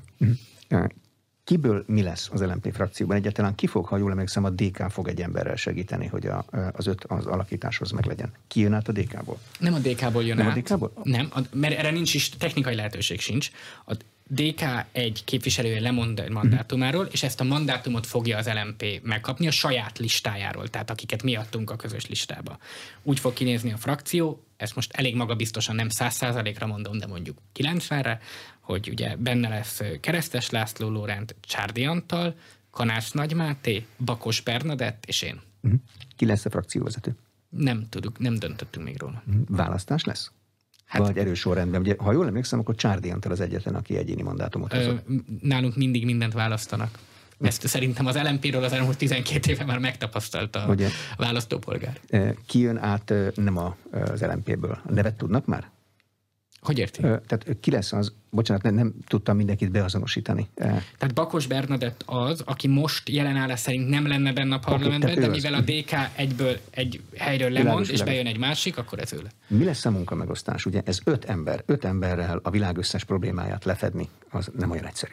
Kiből mi lesz az LMP frakcióban? Egyáltalán ki fog, ha jól emlékszem, a DK fog egy emberrel segíteni, hogy az alakításhoz meglegyen. Ki jön át a DK-ból? Nem a DK-ból jön nem át. A DK-ból? Nem, mert erre nincs is, technikai lehetőség sincs. A DK egy képviselője lemond egy mandátumáról, és ezt a mandátumot fogja az LMP megkapni a saját listájáról, tehát akiket mi adtunk a közös listába. Úgy fog kinézni a frakció, ezt most elég magabiztosan nem 100%-ra mondom, de mondjuk 90-re, hogy ugye benne lesz Keresztes László Lóránt Csárdi Antal, Kanász Nagy Máté, Bakos Bernadett és én. Ki lesz a frakcióvezető? Nem tudjuk, nem döntöttünk még róla. Választás lesz? Hát, vagy erős sorrendben. Ugye, ha jól emlékszem, akkor Csárdi Antal az egyetlen, aki egyéni mandátumot hozott. Nálunk mindig mindent választanak. Ezt szerintem az LMP-ről az elmúlt 12 éve már megtapasztalta a választópolgár. Ki jön át nem az LMP-ből? A nevet tudnak már? Hogy érti? Tehát ki lesz az, bocsánat, nem tudtam mindenkit beazonosítani. Tehát Bakos Bernadett az, aki most jelen állás szerint nem lenne benne a parlamentben, de mivel a DK egyből egy helyről lemond, és bejön egy másik, akkor ez ő lesz. Mi lesz a munkamegosztás? Ugye ez 5 emberrel a világ összes problémáját lefedni, az nem olyan egyszerű.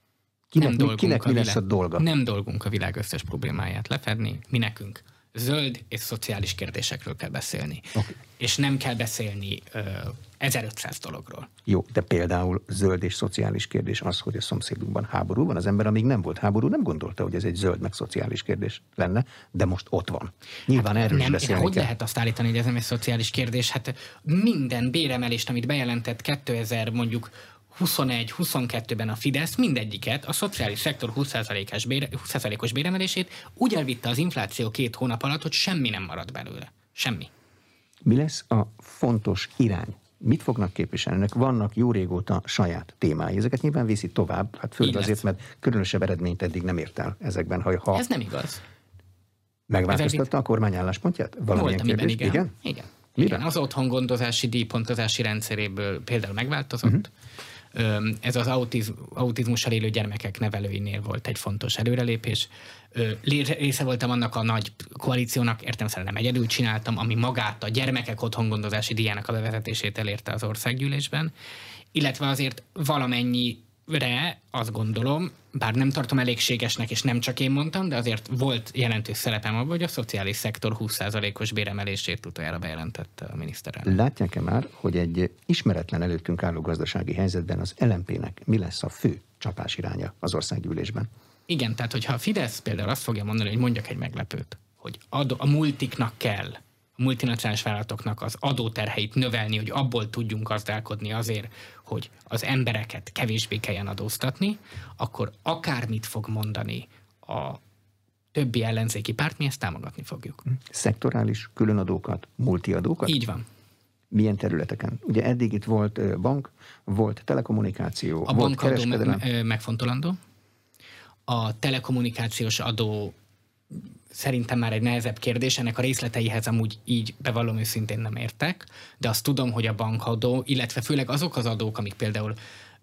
Kinek mi lesz a dolga? Nem dolgunk a világ összes problémáját lefedni, mi nekünk. Zöld és szociális kérdésekről kell beszélni. Okay. És nem kell beszélni 1500 dologról. Jó, de például zöld és szociális kérdés az, hogy a szomszédunkban háború van. Az ember, amíg nem volt háború, nem gondolta, hogy ez egy zöld meg szociális kérdés lenne, de most ott van. Nyilván erről is beszélni hogy kell. Lehet azt állítani, hogy ez nem egy szociális kérdés? Hát minden béremelést, amit bejelentett 2000 mondjuk 21-22-ben a Fidesz, mindegyiket, a szociális szektor 20%-os béremelését úgy elvitte az infláció 2 hónap alatt, hogy semmi nem maradt belőle. Semmi. Mi lesz a fontos irány? Mit fognak képviselni? Ennek vannak jó régóta saját témái. Ezeket nyilván viszi tovább, hát főleg azért, mert különösebb eredményt eddig nem ért el ezekben. Ha ez nem igaz. Megváltoztatta a kormány álláspontját? Valamilyen kérdés? Igen. Igen, az otthongondozási díjpontozási rendszeréből például megváltozott. Ez az autizmussal élő gyermekek nevelőinél volt egy fontos előrelépés. Része voltam annak a nagy koalíciónak, értelemszerűen nem egyedül csináltam, ami magát a gyermekek otthongondozási díjának a bevezetését elérte az országgyűlésben, illetve azért valamennyire azt gondolom, bár nem tartom elégségesnek, és nem csak én mondtam, de azért volt jelentős szerepem abban, hogy a szociális szektor 20%-os béremelését utoljára bejelentette a miniszterelnök. Látják-e már, hogy egy ismeretlen előttünk álló gazdasági helyzetben az LMP-nek mi lesz a fő csapásiránya az országgyűlésben? Igen, tehát hogyha a Fidesz például azt fogja mondani, hogy mondjak egy meglepőt, hogy a multiknak kell, a multinacionális vállalatoknak az adóterheit növelni, hogy abból tudjunk gazdálkodni azért, hogy az embereket kevésbé kelljen adóztatni, akkor akármit fog mondani a többi ellenzéki párt, mi ezt támogatni fogjuk. Szektorális különadókat, multiadókat? Így van. Milyen területeken? Ugye eddig itt volt bank, volt telekommunikáció, a volt kereskedelem. Megfontolandó. A telekommunikációs adó szerintem már egy nehezebb kérdés, ennek a részleteihez amúgy így bevallom őszintén nem értek, de azt tudom, hogy a bankadó, illetve főleg azok az adók, amik például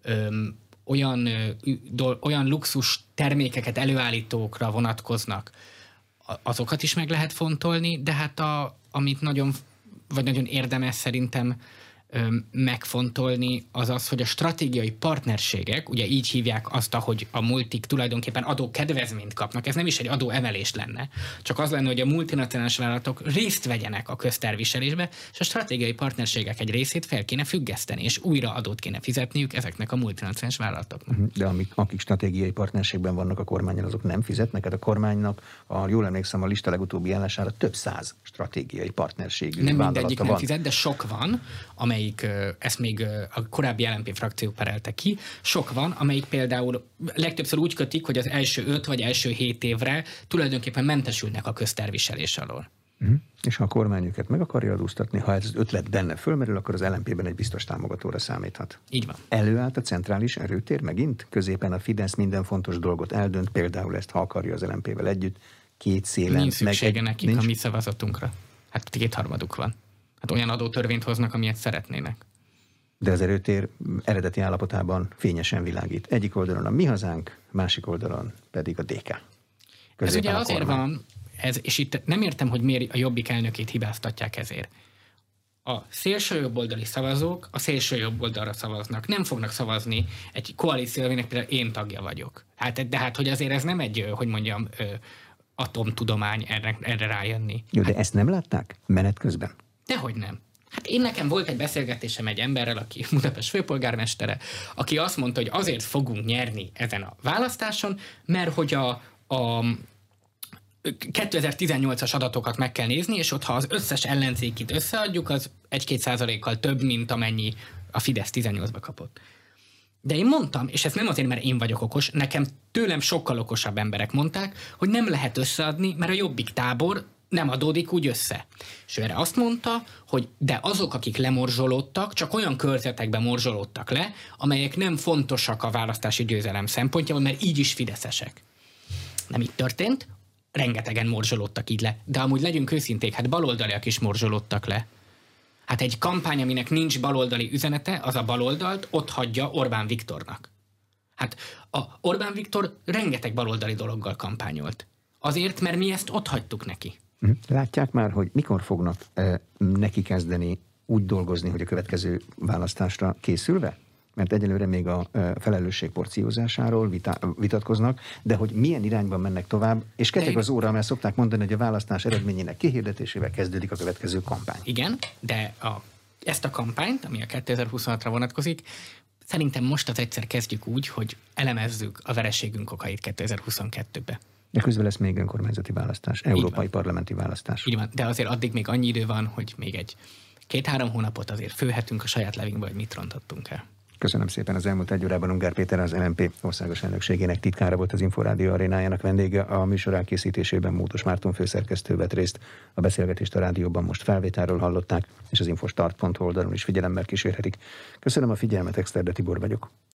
olyan luxus termékeket előállítókra vonatkoznak, azokat is meg lehet fontolni, de hát amit nagyon érdemes szerintem megfontolni, az az, hogy a stratégiai partnerségek, ugye így hívják azt, hogy a multik tulajdonképpen adókedvezményt kapnak, ez nem is egy adóemelés lenne, csak az lenne, hogy a multinacionális vállalatok részt vegyenek a közterviselésbe, és a stratégiai partnerségek egy részét fel kéne függeszteni, és újra adót kéne fizetniük ezeknek a multinacionális vállalatoknak. De akik stratégiai partnerségben vannak a kormányon, azok nem fizetnek? Hát a kormánynak, jól emlékszem, a lista legutóbbi állására több száz stratégiai partnerségű nem vállalata mindegyik van. nem fizet, de sok van, amelyik ezt még a korábbi LMP frakciók perelte ki, sok van, amelyik például legtöbbször úgy kötik, hogy az első 5 vagy első 7 évre tulajdonképpen mentesülnek a közterviselés alól. És ha a kormány őket meg akarja adóztatni, ha ez az ötlet benne fölmerül, akkor az LMP-ben egy biztos támogatóra számíthat. Így van. Előállt a centrális erőtér megint? Középen a Fidesz minden fontos dolgot eldönt, például ezt, ha akarja az LMP-vel együtt, két szélen. Nincs szüksége nekik a mi szavazatunkra. Hát 2/3 van. Hát olyan adótörvényt hoznak, amilyet szeretnének. De az erőtér eredeti állapotában fényesen világít. Egyik oldalon a Mi Hazánk, másik oldalon pedig a DK. Ez ugye azért van, és itt nem értem, hogy miért a Jobbik elnökét hibáztatják ezért. A szélsőjobboldali szavazók a szélsőjobboldalra szavaznak. Nem fognak szavazni egy koalíció, aminek például én tagja vagyok. De hát, hogy azért ez nem egy, atomtudomány erre rájönni. Jó, de ezt nem látták menet közben? Dehogy nem. Hát nekem volt egy beszélgetésem egy emberrel, aki Budapest főpolgármestere, aki azt mondta, hogy azért fogunk nyerni ezen a választáson, mert hogy a 2018-as adatokat meg kell nézni, és ott, ha az összes ellenzékit összeadjuk, az 1-2%-kal több, mint amennyi a Fidesz 18-ba kapott. De én mondtam, és ez nem azért, mert én vagyok okos, nekem tőlem sokkal okosabb emberek mondták, hogy nem lehet összeadni, mert a Jobbik tábor nem adódik úgy össze. És ő erre azt mondta, hogy de azok, akik lemorzsolódtak, csak olyan körzetekben morzsolódtak le, amelyek nem fontosak a választási győzelem szempontjából, mert így is fideszesek. nem így történt, rengetegen morzsolódtak így le. De amúgy legyünk őszinték, hát baloldaliak is morzsolódtak le. Hát egy kampány, aminek nincs baloldali üzenete, az a baloldalt ott hagyja Orbán Viktornak. Hát a Orbán Viktor rengeteg baloldali dologgal kampányolt. Azért, mert mi ezt ott hagytuk neki. Látják már, hogy mikor fognak neki kezdeni úgy dolgozni, hogy a következő választásra készülve? Mert egyelőre még a felelősség porciózásáról vitatkoznak, de hogy milyen irányban mennek tovább, és ketyeg az óra, mert szokták mondani, hogy a választás eredményének kihirdetésével kezdődik a következő kampány. Igen, de ezt a kampányt, ami a 2026-ra vonatkozik, szerintem most az egyszer kezdjük úgy, hogy elemezzük a vereségünk okait 2022-be. De közben lesz még önkormányzati választás, európai parlamenti választás. Így van, de azért addig még annyi idő van, hogy még egy 2-3 hónapot azért főhetünk a saját levinkbe, hogy mit rontottunk el. Köszönöm szépen. Az elmúlt egy órában Ungár Péter, az LMP országos elnökségének titkára volt, az Inforádió arénájának vendége. A műsor elkészítésében Módos Márton főszerkesztő vett részt. A beszélgetést a rádióban most felvételről hallották, és az infostart.hu oldalon is figyelemmel kísérhetik. Köszönöm a figyelmet, Exterde Tibor vagyok.